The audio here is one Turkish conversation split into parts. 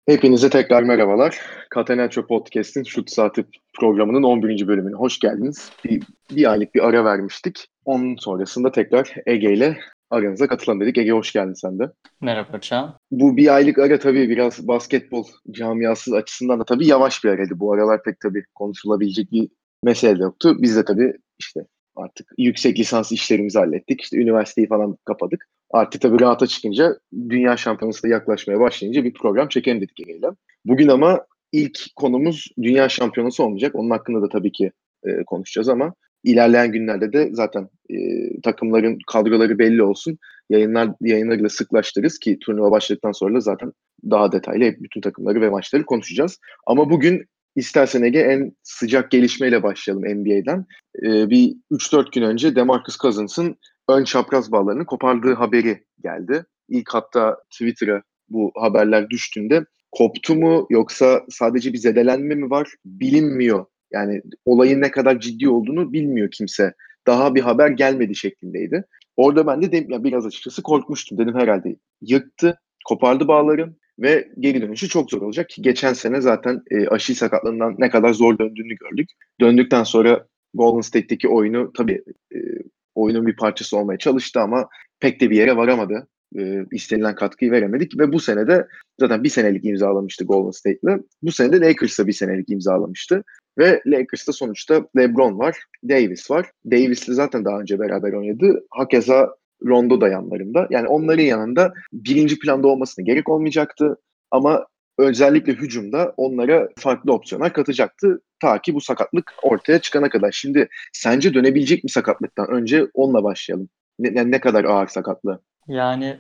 Hepinize tekrar merhabalar. Catenaccio Podcast'in Şut Saati programının 11. bölümüne hoş geldiniz. Bir aylık bir ara vermiştik. Onun sonrasında tekrar Ege ile aranıza katılalım dedik. Ege hoş geldin sen de. Merhaba Can. Bu bir aylık ara tabii biraz basketbol camiası açısından da tabii yavaş bir araydı. Bu aralar pek tabii konuşulabilecek bir mesele de yoktu. Biz de tabii işte artık yüksek lisans işlerimizi hallettik. İşte üniversiteyi falan kapadık. Artık tabii rahata çıkınca Dünya Şampiyonası da yaklaşmaya başlayınca bir program çekelim dedik Ege'yle. Bugün ama ilk konumuz Dünya Şampiyonası olmayacak. Onun hakkında da tabii ki konuşacağız ama ilerleyen günlerde de zaten takımların kadroları belli olsun. Yayınları da sıklaştırırız ki turnuva başladıktan sonra da zaten daha detaylı bütün takımları ve maçları konuşacağız. Ama bugün istersen Ege en sıcak gelişmeyle başlayalım NBA'den. Bir 3-4 gün önce DeMarcus Cousins'ın ön çapraz bağlarını kopardığı haberi geldi. İlk hatta Twitter'a bu haberler düştüğünde koptu mu yoksa sadece bir zedelenme mi var bilinmiyor. Yani olayın ne kadar ciddi olduğunu bilmiyor kimse. Daha bir haber gelmedi şeklindeydi. Orada ben de biraz açıkçası korkmuştum. Dedim herhalde yıktı, kopardı bağları ve geri dönüşü çok zor olacak ki geçen sene zaten Aşil sakatlığından ne kadar zor döndüğünü gördük. Döndükten sonra Golden State'teki oyunu tabii oyunun bir parçası olmaya çalıştı ama pek de bir yere varamadı. İstenilen katkıyı veremedik ve bu sene de zaten bir senelik imzalamıştı Golden State'le. Bu sene de Lakers'la bir senelik imzalamıştı. Ve Lakers'ta sonuçta LeBron var, Davis var. Davis'le zaten daha önce beraber oynadı. Hakeza Rondo da yanlarında. Yani onların yanında birinci planda olmasına gerek olmayacaktı. Ama özellikle hücumda onlara farklı opsiyonlar katacaktı. Ta ki bu sakatlık ortaya çıkana kadar. Şimdi sence dönebilecek mi sakatlıktan? Önce onunla başlayalım. Ne kadar ağır sakatlığı? Yani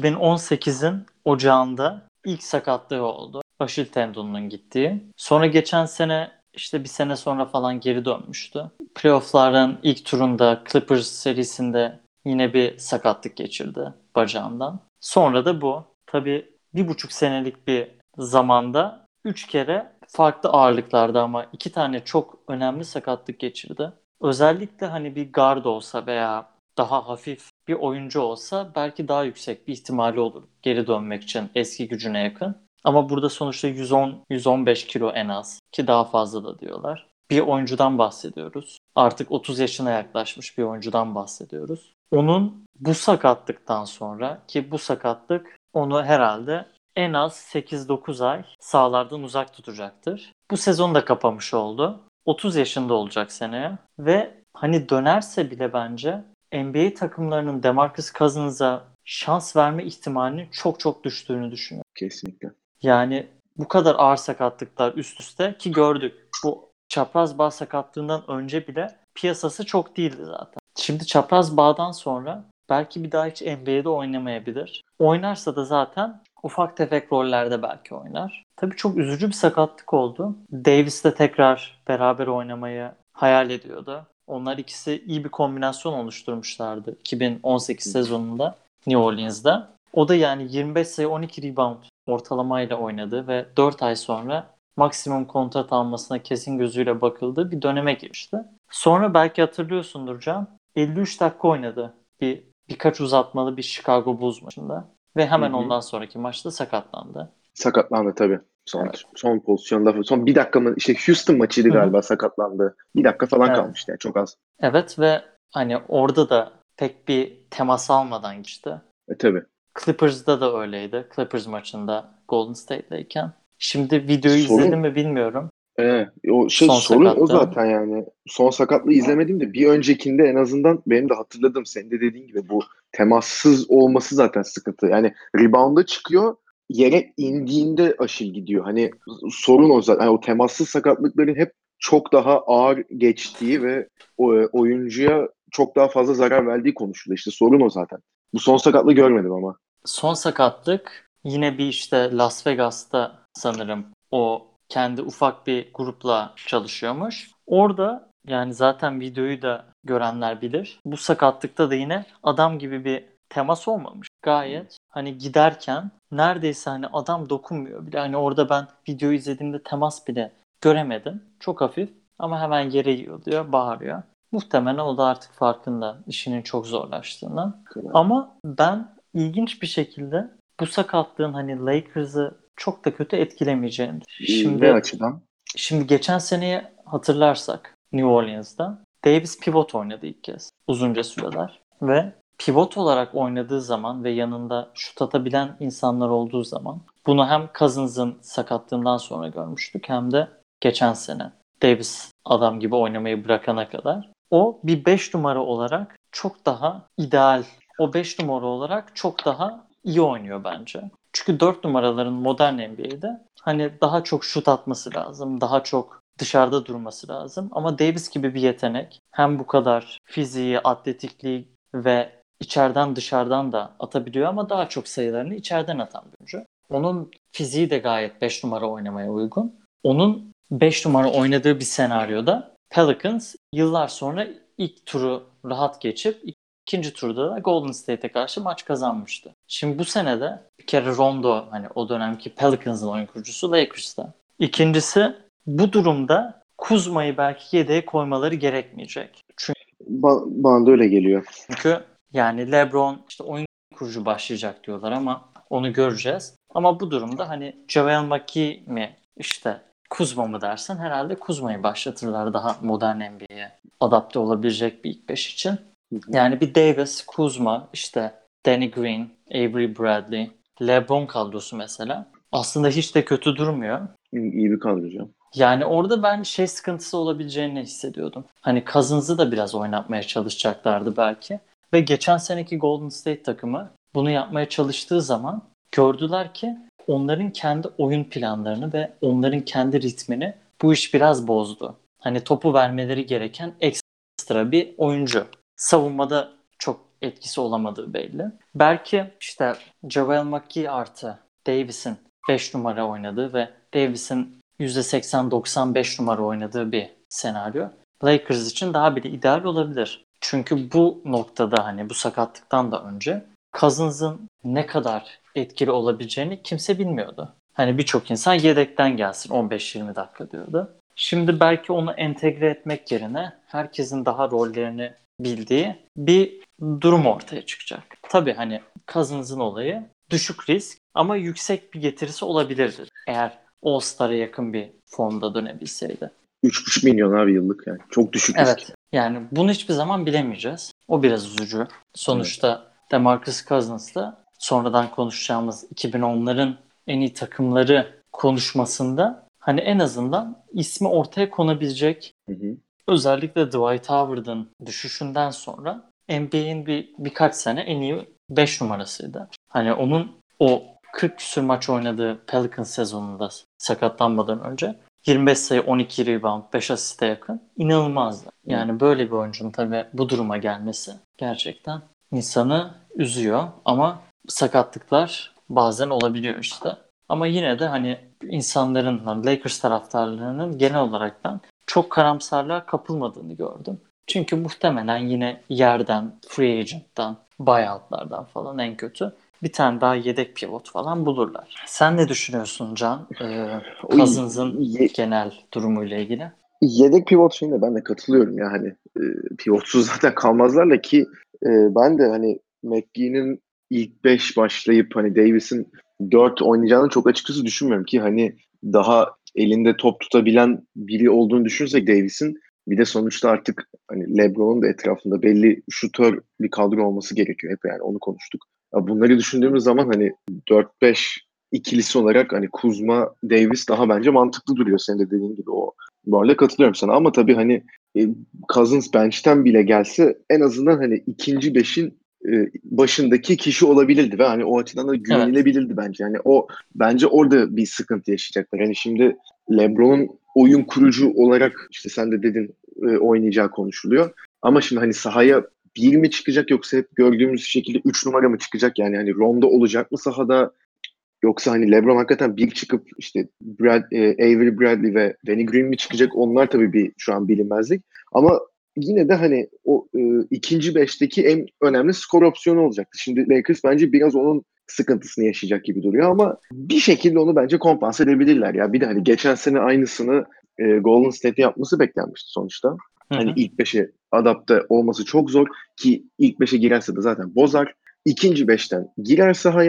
2018'in ocağında ilk sakatlığı oldu. Aşil tendonunun gittiği. Sonra geçen sene işte bir sene sonra falan geri dönmüştü. Playoff'ların ilk turunda Clippers serisinde yine bir sakatlık geçirdi bacağından. Sonra da bu. Tabii 1,5 senelik bir zamanda 3 kere farklı ağırlıklarda ama 2 tane çok önemli sakatlık geçirdi. Özellikle hani bir guard olsa veya daha hafif bir oyuncu olsa belki daha yüksek bir ihtimali olur geri dönmek için eski gücüne yakın. Ama burada sonuçta 110-115 kilo en az ki daha fazla da diyorlar. Bir oyuncudan bahsediyoruz. Artık 30 yaşına yaklaşmış bir oyuncudan bahsediyoruz. Onun bu sakatlıktan sonra ki bu sakatlık onu herhalde en az 8-9 ay sahalardan uzak tutacaktır. Bu sezonu da kapamış oldu. 30 yaşında olacak seneye ve hani dönerse bile bence NBA takımlarının DeMarcus Cousins'a şans verme ihtimalinin çok çok düştüğünü düşünüyorum. Kesinlikle. Yani bu kadar ağır sakatlıklar üst üste ki gördük. Bu çapraz bağ sakatlığından önce bile piyasası çok değildi zaten. Şimdi çapraz bağdan sonra belki bir daha hiç NBA'de oynamayabilir. Oynarsa da zaten ufak tefek rollerde belki oynar. Tabii çok üzücü bir sakatlık oldu. Davis'le tekrar beraber oynamayı hayal ediyordu. Onlar ikisi iyi bir kombinasyon oluşturmuşlardı 2018 sezonunda New Orleans'da. O da yani 25 sayı 12 rebound ortalamayla oynadı ve 4 ay sonra maksimum kontrat almasına kesin gözüyle bakıldığı bir döneme girmişti. Sonra belki hatırlıyorsundur Can, 53 dakika oynadı birkaç uzatmalı bir Chicago Bulls maçında ve hemen ondan sonraki maçta sakatlandı. Sakatlandı tabii. Evet. Son pozisyonda son bir dakika mı işte Houston maçıydı Hı hı. galiba sakatlandı. Bir dakika falan Evet. kalmıştı yani çok az. Evet ve hani orada da pek bir temas almadan geçti. Tabii. Clippers'da da öyleydi. Clippers maçında Golden State'deyken. Şimdi videoyu izledim Sorun mi bilmiyorum. o Son sorun o sakatlığın. zaten yani. Son sakatlığı izlemedim de bir öncekinde en azından benim de hatırladığım senin de dediğin gibi bu temassız olması zaten sıkıntı. Yani rebound'a çıkıyor yere indiğinde Aşil gidiyor. Hani sorun o zaten. Yani o temassız sakatlıkların hep çok daha ağır geçtiği ve oyuncuya çok daha fazla zarar verdiği konuşuluyor. İşte sorun o zaten. Bu son sakatlığı görmedim ama. Son sakatlık yine bir işte Las Vegas'ta sanırım o kendi ufak bir grupla çalışıyormuş. Orada yani zaten videoyu da görenler bilir. Bu sakatlıkta da yine adam gibi bir temas olmamış. Gayet hani giderken neredeyse hani adam dokunmuyor bile. Hani orada ben videoyu izlediğimde temas bile göremedim. Çok hafif ama hemen yere yiyor diyor, bağırıyor. Muhtemelen o da artık farkında işinin çok zorlaştığını. Ama ben ilginç bir şekilde bu sakatlığın hani Lakers'ı çok da kötü etkilemeyeceğini. Ne açıdan? Şimdi geçen seneyi hatırlarsak New Orleans'da Davis pivot oynadı ilk kez uzunca süreler ve pivot olarak oynadığı zaman ve yanında şut atabilen insanlar olduğu zaman bunu hem Cousins'ın sakatlığından sonra görmüştük hem de geçen sene Davis adam gibi oynamayı bırakana kadar. O bir 5 numara olarak çok daha ideal. O 5 numara olarak çok daha iyi oynuyor bence. Çünkü 4 numaraların modern NBA'de hani daha çok şut atması lazım. Daha çok dışarıda durması lazım. Ama Davis gibi bir yetenek hem bu kadar fiziği, atletikliği ve içeriden dışarıdan da atabiliyor ama daha çok sayılarını içeriden atan bir oyuncu. Onun fiziği de gayet 5 numara oynamaya uygun. Onun 5 numara oynadığı bir senaryoda Pelicans yıllar sonra ilk turu rahat geçip ikinci turda da Golden State'e karşı maç kazanmıştı. Şimdi bu sene de bir kere Rondo hani o dönemki Pelicans'ın oyun kurucusu Lakers'ta. İkincisi bu durumda Kuzma'yı belki yedeğe koymaları gerekmeyecek. Bana da öyle geliyor. Çünkü yani LeBron işte oyun kurucu başlayacak diyorlar ama onu göreceğiz. Ama bu durumda hani JaVale McGee mi işte Kuzma mı dersen herhalde Kuzma'yı başlatırlar daha modern NBA'ye adapte olabilecek bir ilk beş için. Yani bir Davis, Kuzma, işte Danny Green, Avery Bradley, LeBron kadrosu mesela aslında hiç de kötü durmuyor. İyi bir kadro hocam. Yani orada ben şey sıkıntısı olabileceğini hissediyordum. Hani Cousins'ı da biraz oynatmaya çalışacaklardı belki. Ve geçen seneki Golden State takımı bunu yapmaya çalıştığı zaman gördüler ki onların kendi oyun planlarını ve onların kendi ritmini bu iş biraz bozdu. Hani topu vermeleri gereken ekstra bir oyuncu. Savunmada çok etkisi olamadığı belli. Belki işte JaVale McGee artı Davis'in 5 numara oynadığı ve Davis'in %80-95 numara oynadığı bir senaryo Lakers için daha bile ideal olabilir. Çünkü bu noktada hani bu sakatlıktan da önce Cousins'ın ne kadar etkili olabileceğini kimse bilmiyordu. Hani birçok insan yedekten gelsin 15-20 dakika diyordu. Şimdi belki onu entegre etmek yerine herkesin daha rollerini bildiği bir durum ortaya çıkacak. Tabii hani Cousins'ın olayı düşük risk ama yüksek bir getirisi olabilirdi. Eğer All-Star'a yakın bir formda dönebilseydi. 3,5 milyon abi yıllık yani. Çok düşük risk. Evet. Yani bunu hiçbir zaman bilemeyeceğiz. O biraz üzücü. Sonuçta evet. DeMarcus Cousins da sonradan konuşacağımız 2010'ların en iyi takımları konuşmasında hani en azından ismi ortaya konabilecek. Özellikle Dwight Howard'ın düşüşünden sonra NBA'in birkaç sene en iyi 5 numarasıydı. Hani onun o 40 küsur maç oynadığı Pelicans sezonunda sakatlanmadan önce 25 sayı, 12 rebound, 5 asiste yakın inanılmazdı. Yani böyle bir oyuncunun tabii bu duruma gelmesi gerçekten insanı üzüyor ama sakatlıklar bazen olabiliyor işte. Ama yine de hani insanların, Lakers taraftarlarının genel olaraktan çok karamsarlığa kapılmadığını gördüm. Çünkü muhtemelen yine yerden, free agent'tan, buyout'lardan falan en kötü bir tane daha yedek pivot falan bulurlar. Sen ne düşünüyorsun Can? Cousins'ın genel durumuyla ilgili. Yedek pivot şeyine ben de katılıyorum ya hani pivotsuz zaten kalmazlar da ki ben de hani McGee'nin ilk 5 başlayıp hani Davis'in 4 oynayacağını çok açıkçası düşünmüyorum ki hani daha elinde top tutabilen biri olduğunu düşünürsek Davis'in bir de sonuçta artık hani LeBron'un da etrafında belli şutör bir kadro olması gerekiyor hep yani onu konuştuk. Ya bunları düşündüğümüz zaman hani 4-5 ikilisi olarak hani Kuzma, Davis daha bence mantıklı duruyor senin de dediğin gibi o. Bu arada katılıyorum sana ama tabii hani Cousins bench'ten bile gelse en azından hani ikinci beşin başındaki kişi olabilirdi ve hani o açıdan da Evet. güvenilebilirdi bence. Yani o bence orada bir sıkıntı yaşayacaklar. Hani şimdi LeBron'un oyun kurucu olarak işte sen de dedin oynayacağı konuşuluyor. Ama şimdi hani sahaya bir mi çıkacak yoksa hep gördüğümüz şekilde 3 numara mı çıkacak? Yani hani Rondo olacak mı sahada? Yoksa hani LeBron hakikaten bir çıkıp işte Avery Bradley ve Danny Green mi çıkacak? Onlar tabii bir şu an bilinmezlik. Ama yine de hani o ikinci beşteki en önemli skor opsiyonu olacaktı. Şimdi Lakers bence biraz onun sıkıntısını yaşayacak gibi duruyor ama bir şekilde onu bence kompanse edebilirler ya. Bir de hani geçen sene aynısını Golden State'e yapması beklenmişti sonuçta. Hani ilk beşe adapte olması çok zor ki ilk beşe girerse de zaten bozar. İkinci beşten girer sahaya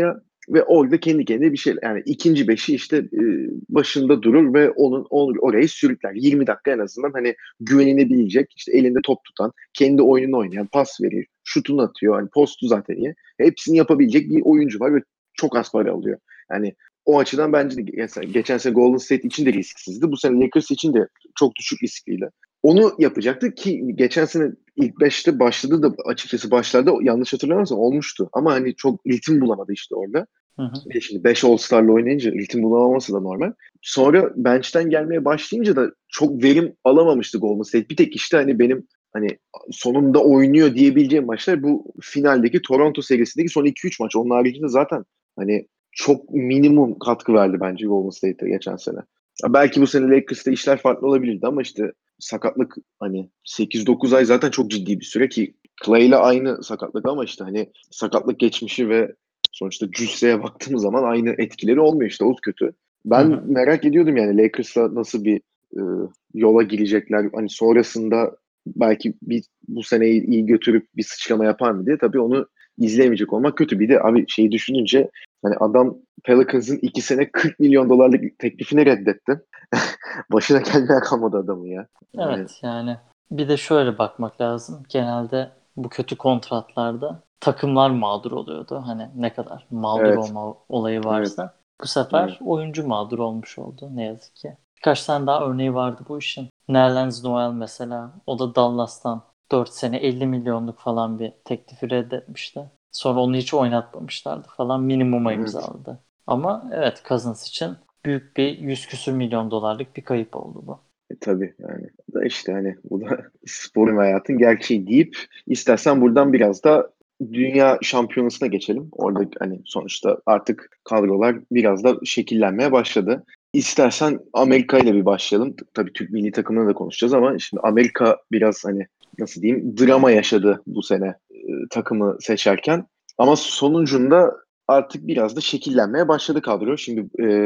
ve orada kendi kendine bir şey, yani ikinci beşi işte başında durur ve onu orayı sürükler. 20 dakika en azından hani güvenilebilecek, işte elinde top tutan, kendi oyununu oynayan, pas verir, şutunu atıyor. Hani postu zaten iyi. Hepsini yapabilecek bir oyuncu var ve çok az para alıyor. Yani o açıdan bence de geçen sene Golden State için de risksizdi. Bu sene Lakers için de çok düşük riskliydi. Onu yapacaktı ki geçen sene ilk 5'te başladı da, açıkçası başlarda yanlış hatırlamıyorsam olmuştu. Ama hani çok ritim bulamadı işte orada. Hı hı. Şimdi 5 All-Star'la oynayınca ritim bulamaması da normal. Sonra bench'ten gelmeye başlayınca da çok verim alamamıştı Golden State. Bir tek işte hani benim hani sonunda oynuyor diyebileceğim maçlar bu finaldeki Toronto serisindeki son 2-3 maç. Onun haricinde zaten hani çok minimum katkı verdi bence Golden State'e geçen sene. Belki bu sene Lakers'ta işler farklı olabilirdi ama işte sakatlık, hani 8-9 ay zaten çok ciddi bir süre ki Clay'le aynı sakatlık, ama işte hani sakatlık geçmişi ve sonuçta cüsseye baktığımız zaman aynı etkileri olmuyor, işte o kötü. Hı Ben hı. merak ediyordum yani Lakers'la nasıl bir e, yola girecekler. Hani sonrasında belki bu seneyi iyi götürüp bir sıçrama yapar mı diye. Tabii onu izleyemeyecek olmak kötü. Bir de abi şeyi düşününce hani adam Pelicans'ın 2 sene 40 milyon dolarlık teklifini reddetti. Başına gelmeye kalmadı adamın ya. Yani Evet, yani bir de şöyle bakmak lazım. Genelde bu kötü kontratlarda takımlar mağdur oluyordu. Hani ne kadar mağdur evet, olma olayı evet, varsa bu sefer evet. oyuncu mağdur olmuş oldu ne yazık ki. Birkaç tane daha örneği vardı bu işin. Nerlens Noel mesela, o da Dallas'tan 4 sene 50 milyonluk falan bir teklifi reddetmişti. Sonra onu hiç oynatmamışlardı falan, minimuma Evet. imzaladı. Ama evet, Cousins için büyük bir 100 küsür milyon dolarlık bir kayıp oldu bu. Tabii yani. Da işte hani bu da sporun ve hayatın gerçeği deyip istersen buradan biraz da dünya şampiyonasına geçelim. Orada hani sonuçta artık kadrolar biraz da şekillenmeye başladı. İstersen Amerika ile bir başlayalım. Tabii Türk milli takımını da konuşacağız ama şimdi Amerika biraz hani nasıl diyeyim, drama yaşadı bu sene takımı seçerken. Ama sonucunda artık biraz da şekillenmeye başladı kadro. Şimdi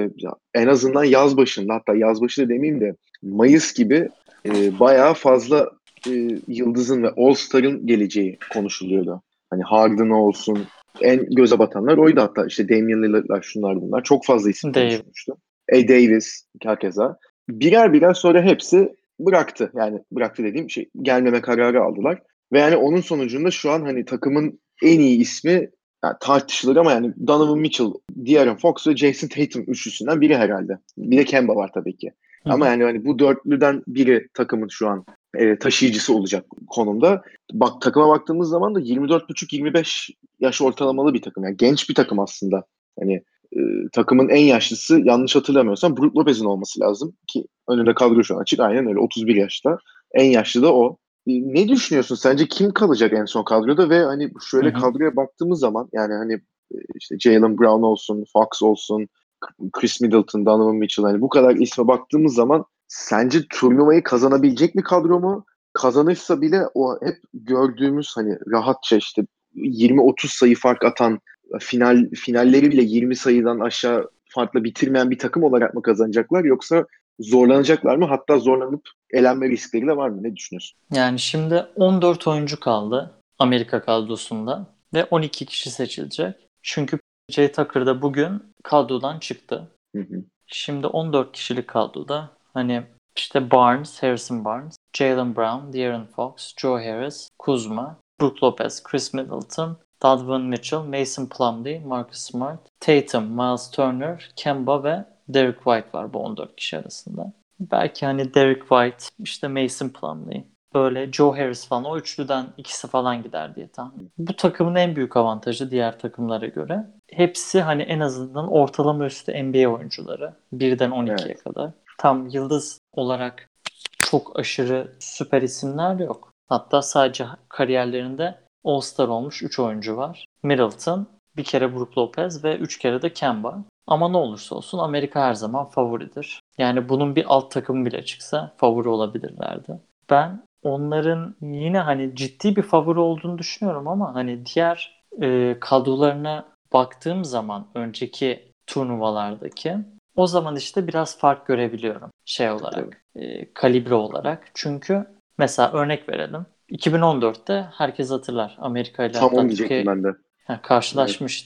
en azından yaz başında, hatta yaz başı da demeyeyim de Mayıs gibi bayağı fazla e, yıldızın ve All-Star'ın geleceği konuşuluyordu. Hani Harden olsun, en göze batanlar oydu, hatta işte Damian Lillard'lar, şunlar bunlar, çok fazla isim Dave. konuşulmuştu. Davis herkese. Birer birer sonra hepsi bıraktı. Yani bıraktı dediğim şey, gelmeme kararı aldılar. Ve yani onun sonucunda şu an hani takımın en iyi ismi, yani tartışılır ama yani Donovan Mitchell, De'Aaron Fox ve Jason Tatum üçlüsünden biri herhalde. Bir de Kemba var tabii ki. Hı Ama hı. yani hani bu dörtlüden biri takımın şu an taşıyıcısı olacak konumda. Bak, takıma baktığımız zaman da 24,5-25 yaş ortalamalı bir takım. Yani genç bir takım aslında. Hani e, takımın en yaşlısı, yanlış hatırlamıyorsam, Brook Lopez'in olması lazım ki önünde kadro şu an açık. Aynen öyle, 31 yaşta. En yaşlı da o. Ne düşünüyorsun? Sence kim kalacak en son kadroda? Ve hani Hı şöyle hı. kadroya baktığımız zaman yani hani işte Jaylen Brown olsun, Fox olsun, Chris Middleton, Donovan Mitchell, hani bu kadar isme baktığımız zaman sence turnuvayı kazanabilecek mi kadro mu? Kazanırsa bile o hep gördüğümüz hani rahatça işte 20-30 sayı fark atan, finalleri bile 20 sayıdan aşağı farkla bitirmeyen bir takım olarak mı kazanacaklar, yoksa zorlanacaklar mı? Hatta zorlanıp elenme riskleri de var mı? Ne düşünüyorsun? Yani şimdi 14 oyuncu kaldı Amerika kadrosunda ve 12 kişi seçilecek. Çünkü PJ Tucker da bugün kadrodan çıktı. Hı hı. Şimdi 14 kişilik kadroda hani işte Barnes, Harrison Barnes, Jaylen Brown, De'Aaron Fox, Joe Harris, Kuzma, Brook Lopez, Chris Middleton, Donovan Mitchell, Mason Plumlee, Marcus Smart, Tatum, Miles Turner, Kemba ve Derek White var bu 14 kişi arasında. Belki hani Derek White, işte Mason Plumlee, böyle Joe Harris falan, o üçlüden ikisi falan gider diye tahmin. Bu takımın en büyük avantajı diğer takımlara göre, hepsi hani en azından ortalama üstü NBA oyuncuları. Birden 12'ye Evet. kadar. Tam yıldız olarak çok aşırı süper isimler yok. Hatta sadece kariyerlerinde All-Star olmuş 3 oyuncu var. Middleton, bir kere Brook Lopez ve 3 kere de Kemba. Ama ne olursa olsun Amerika her zaman favoridir. Yani bunun bir alt takımı bile çıksa favori olabilirlerdi. Ben onların yine hani ciddi bir favori olduğunu düşünüyorum ama hani diğer kadrolarına baktığım zaman önceki turnuvalardaki, o zaman işte biraz fark görebiliyorum şey Tabii. olarak, kalibre olarak. Çünkü mesela örnek verelim. 2014'te herkes hatırlar, Amerika ile Tam onu hatta diyecektim Türkiye ben de. Evet. karşılaşmıştı.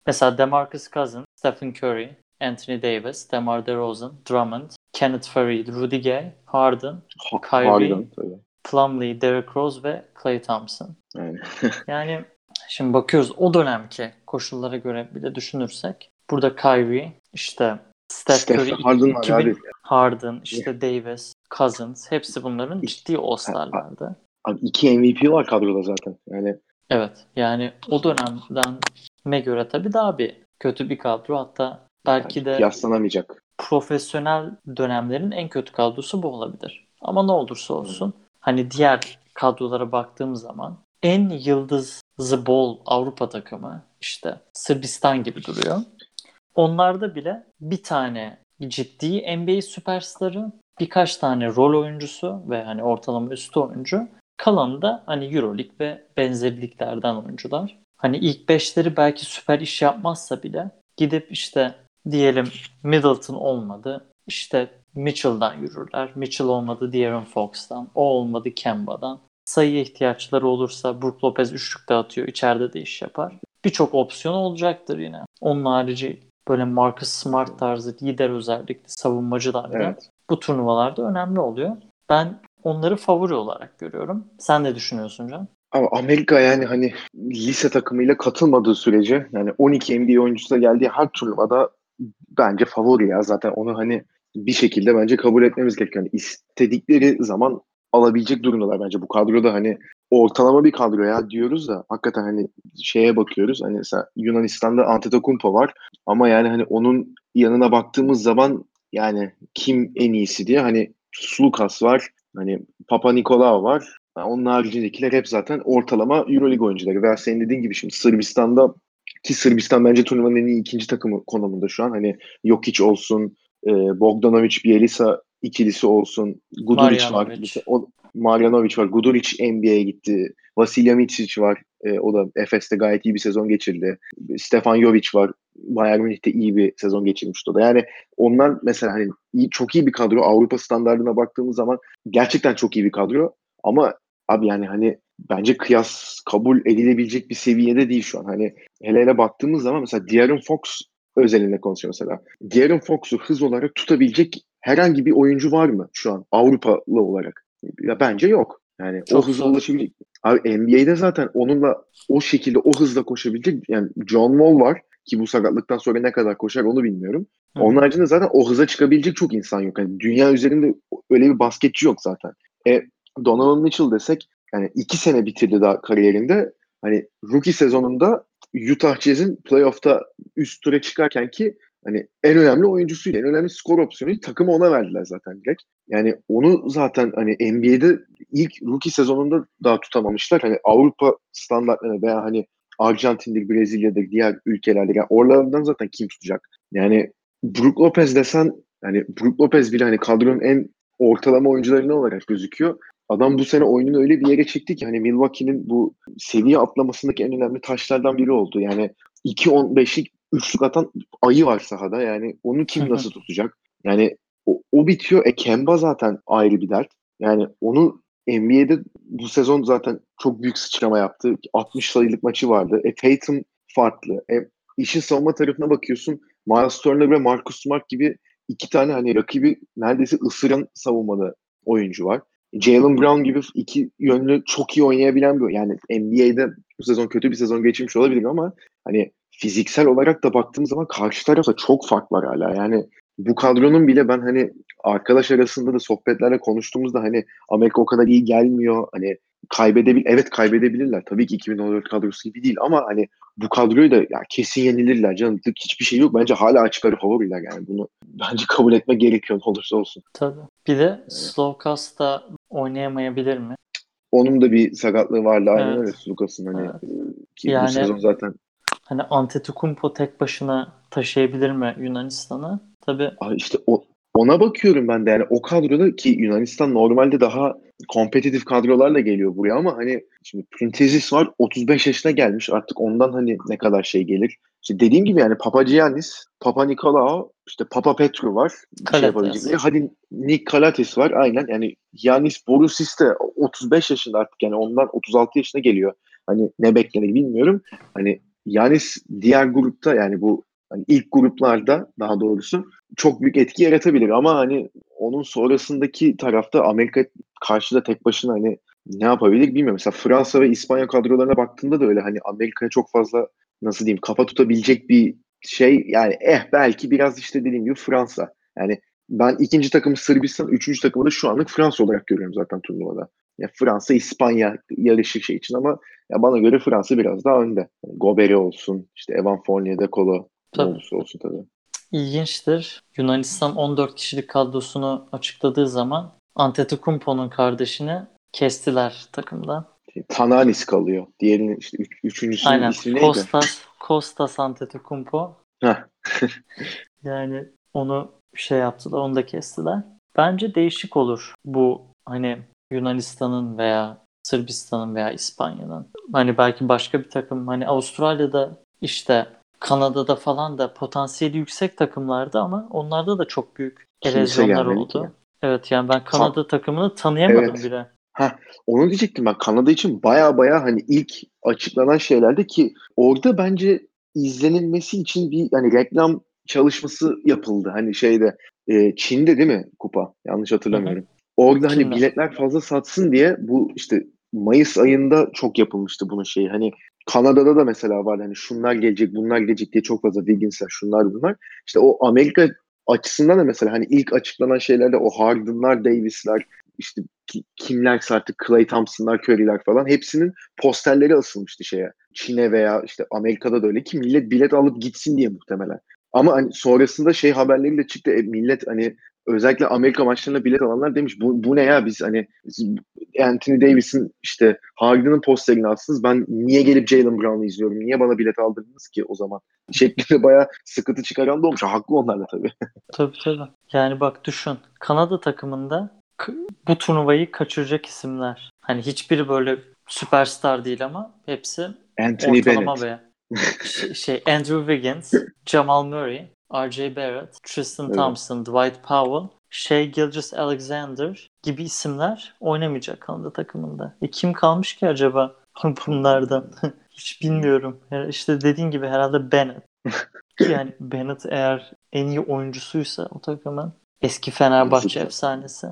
Mesela DeMarcus Cousins, Stephen Curry, Anthony Davis, DeMar DeRozan, Drummond, Kenneth Faried, Rudy Gay, Harden, Kyrie, Harden tabii. Plumlee, Derrick Rose ve Klay Thompson. Yani. Yani şimdi bakıyoruz o dönemki koşullara göre bir de düşünürsek. Burada Kyrie, işte Steph Curry, Steph'le Harden var 2000 abi. Harden, işte Davis, Cousins hepsi bunların ciddi All-Star'lardı. Abi 2 MVP var kadroda zaten. Yani Evet yani o dönemden göre tabii daha bir kötü bir kadro. Hatta belki de kıyaslanamayacak. profesyonel dönemlerin en kötü kadrosu bu olabilir. Ama ne olursa olsun hani diğer kadrolara baktığım zaman en yıldızı bol Avrupa takımı işte Sırbistan gibi duruyor. Onlarda bile bir tane ciddi NBA süperstarı, birkaç tane rol oyuncusu ve hani ortalama üstü oyuncu. Kalanı da hani EuroLeague ve benzeri liglerden oyuncular. Hani ilk beşleri belki süper iş yapmazsa bile gidip işte diyelim Middleton olmadı. İşte Mitchell'dan yürürler. Mitchell olmadı De'Aaron Fox'tan. O olmadı Kemba'dan. Sayıya ihtiyaçları olursa Brook Lopez üçlük dağıtıyor. İçeride de iş yapar. Birçok opsiyon olacaktır yine. Onun harici böyle Marcus Smart tarzı lider özellikle savunmacılar da Evet. bu turnuvalarda önemli oluyor. Ben onları favori olarak görüyorum. Sen ne düşünüyorsun Can? Ama Amerika yani hani lise takımıyla katılmadığı sürece yani 12 NBA oyuncusu da geldiği her turnuvada bence favori ya. Zaten onu hani bir şekilde bence kabul etmemiz gerekiyor. Yani istedikleri zaman alabilecek durumdalar bence. Bu kadroda hani ortalama bir kadro ya diyoruz da hakikaten hani şeye bakıyoruz. Hani mesela Yunanistan'da Antetokounmpo var ama yani hani onun yanına baktığımız zaman yani kim en iyisi diye hani Sulukas var. Hani Papa Nikolaou var. Onun haricindekiler hep zaten ortalama EuroLeague oyuncuları. Veya senin dediğin gibi şimdi Sırbistan'da ki Sırbistan bence turnuvanın en iyi ikinci takımı konumunda şu an. Hani Jokic olsun, Bogdanovic, Bielisa ikilisi olsun, Guduric var. Marjanovic. Mesela Marjanovic var. Guduric NBA'ye gitti. Vasilya Micic var. O da Efes'te gayet iyi bir sezon geçirdi. Stefan Jovic var. Bayern Münih'te iyi bir sezon geçirmişti o da. Yani onlar mesela hani çok iyi bir kadro. Avrupa standartına baktığımız zaman gerçekten çok iyi bir kadro. Ama abi yani hani bence kıyas kabul edilebilecek bir seviyede değil şu an. Hani hele hele baktığımız zaman mesela De'Aaron Fox özelinde konuşuyor mesela. De'Aaron Fox'u hız olarak tutabilecek herhangi bir oyuncu var mı şu an Avrupalı olarak? Ya bence yok. Yani o Çok hıza zor. ulaşabilecek. Abi NBA'de zaten onunla o şekilde o hızla koşabilecek yani John Wall var ki bu sakatlıktan sonra ne kadar koşar onu bilmiyorum. Hı Onun hı. haricinde zaten o hıza çıkabilecek çok insan yok. Yani dünya üzerinde öyle bir basketçi yok zaten. Donovan Mitchell desek yani 2 sene bitirdi daha kariyerinde. Hani rookie sezonunda Utah Jazz'in playoff'ta üst tura çıkarken ki hani en önemli oyuncusuydu. En önemli skor opsiyonu takımı ona verdiler zaten direkt. Yani onu zaten hani NBA'de ilk rookie sezonunda daha tutamamışlar. Hani Avrupa standartlarına veya hani Arjantin'dir, Brezilya'dır, diğer ülkelerde yani oralardan zaten kim tutacak? Yani Brook Lopez desen yani Brook Lopez bile hani kadronun en ortalama oyuncularından olarak gözüküyor. Adam bu sene oyununu öyle bir yere çekti ki hani Milwaukee'nin bu seviye atlamasındaki en önemli taşlardan biri oldu. Yani 2.15'lik üçlük atan ayı var sahada. Yani onu kim nasıl tutacak? Yani o bitiyor. Kemba zaten ayrı bir dert. Yani onu NBA'de bu sezon zaten çok büyük sıçrama yaptı. 60 sayılık maçı vardı. Tatum farklı. İşin savunma tarafına bakıyorsun. Miles Turner ve Marcus Smart gibi iki tane hani rakibi neredeyse ısıran savunmada oyuncu var. Jaylen Brown gibi iki yönlü çok iyi oynayabilen bir yani NBA'de bu sezon kötü bir sezon geçirmiş olabilir ama hani fiziksel olarak da baktığımız zaman karşı tarafta çok fark var hala. Yani bu kadronun bile ben hani arkadaş arasında da sohbetlerle konuştuğumuzda hani Amerika o kadar iyi gelmiyor. Hani evet kaybedebilirler. Tabii ki 2014 kadrosu gibi değil ama hani bu kadroyu da ya kesin yenilirler canım. Hiçbir şey yok. Bence hala açık ara favoriler yani. Bunu bence kabul etmek gerekiyor ne olursa olsun. Tabii. Bir de Yani Sloukas da oynayamayabilir mi? onun da bir sakatlığı vardı aynen öyle Evet. Lucas'ın hani Evet. ki bu Yani sezon zaten hani Antetokounmpo tek başına taşıyabilir mi Yunanistan'ı? Tabii. işte ona bakıyorum ben de yani o kadroda ki Yunanistan normalde daha kompetitif kadrolarla geliyor buraya ama hani şimdi Printezis var 35 yaşına gelmiş artık ondan hani ne kadar şey gelir. İşte dediğim gibi yani Papagiannis, Papa Nikolaou, işte Papa Petru var bir şey yapabilecekleri. Kalates. Hadi Nick Kalates var aynen yani Yanis Borusis de 35 yaşında artık yani ondan 36 yaşına geliyor. Hani ne beklenir bilmiyorum. Hani Giannis diğer grupta yani bu hani ilk gruplarda daha doğrusu çok büyük etki yaratabilir ama hani onun sonrasındaki tarafta Amerika karşıda tek başına hani ne yapabilir bilmiyorum. Mesela Fransa ve İspanya kadrolarına baktığında da öyle hani Amerika'ya çok fazla nasıl diyeyim kafa tutabilecek bir şey yani belki biraz işte dediğim gibi Fransa. Yani ben ikinci takımı Sırbistan, üçüncü takımı da şu anlık Fransa olarak görüyorum zaten turnuvada. Ya Fransa, İspanya yarışır şey için ama ya bana göre Fransa biraz daha önde. Yani Goberi olsun, işte Evan Fournier, De Colo ne Tabii. olursa olsun tabii. İlginçtir. Yunanistan 14 kişilik kadrosunu açıkladığı zaman Antetokounmpo'nun kardeşini kestiler takımdan. Thanasis kalıyor. Diğerinin işte üçüncüsünün Aynen. ismi neydi? Kostas Antetokounmpo. Heh. Yani onu şey yaptılar, onu da kestiler. Bence değişik olur bu hani Yunanistan'ın veya Sırbistan'ın veya İspanya'nın. Hani belki başka bir takım hani Avustralya'da işte Kanada'da falan da potansiyeli yüksek takımlardı ama onlarda da çok büyük Kimse erozyonlar gelmedi ki. oldu. Evet yani ben Ka- Kanada takımını tanıyamadım evet. bile. Ha, onu diyecektim ben. Kanada için baya hani ilk açıklanan şeylerde ki orada bence izlenilmesi için bir hani reklam çalışması yapıldı. Hani Çin'de değil mi kupa? Yanlış Hı hı. hatırlamıyorum. Orada hani Çin'de. biletler fazla satsın diye bu işte Mayıs ayında çok yapılmıştı bunun şeyi. Hani Kanada'da da mesela var hani şunlar gelecek bunlar gelecek diye çok fazla Wiggins'ler şunlar bunlar. İşte o Amerika açısından da mesela hani ilk açıklanan şeylerde o Harden'lar, Davis'ler işte kimlerse artık Klay Thompson'lar, Curry'ler falan hepsinin posterleri asılmıştı şeye. Çin'e veya işte Amerika'da da öyle ki millet bilet alıp gitsin diye muhtemelen. Ama hani sonrasında haberleri de çıktı. Millet hani özellikle Amerika maçlarına bilet alanlar demiş bu ne ya biz hani Anthony Davis'in işte Harden'ın posterini alsınız. Ben niye gelip Jaylen Brown'u izliyorum? Niye bana bilet aldırdınız ki o zaman? Şeklinde bayağı sıkıntı çıkaran da olmuş. Haklı onlar da tabii. Tabii tabii. Yani bak düşün. Kanada takımında bu turnuvayı kaçıracak isimler. Hani hiçbiri böyle süperstar değil ama hepsi Anthony ortalama Bennett. ve Andrew Wiggins, Jamal Murray, R.J. Barrett, Tristan Evet. Thompson, Dwight Powell, Shai Gilgeous-Alexander gibi isimler oynamayacak Kanada takımında. Kim kalmış ki acaba bunlardan? Hiç bilmiyorum. İşte dediğin gibi herhalde Bennett. Ki yani Bennett eğer en iyi oyuncusuysa o takımın eski Fenerbahçe Yazık. efsanesi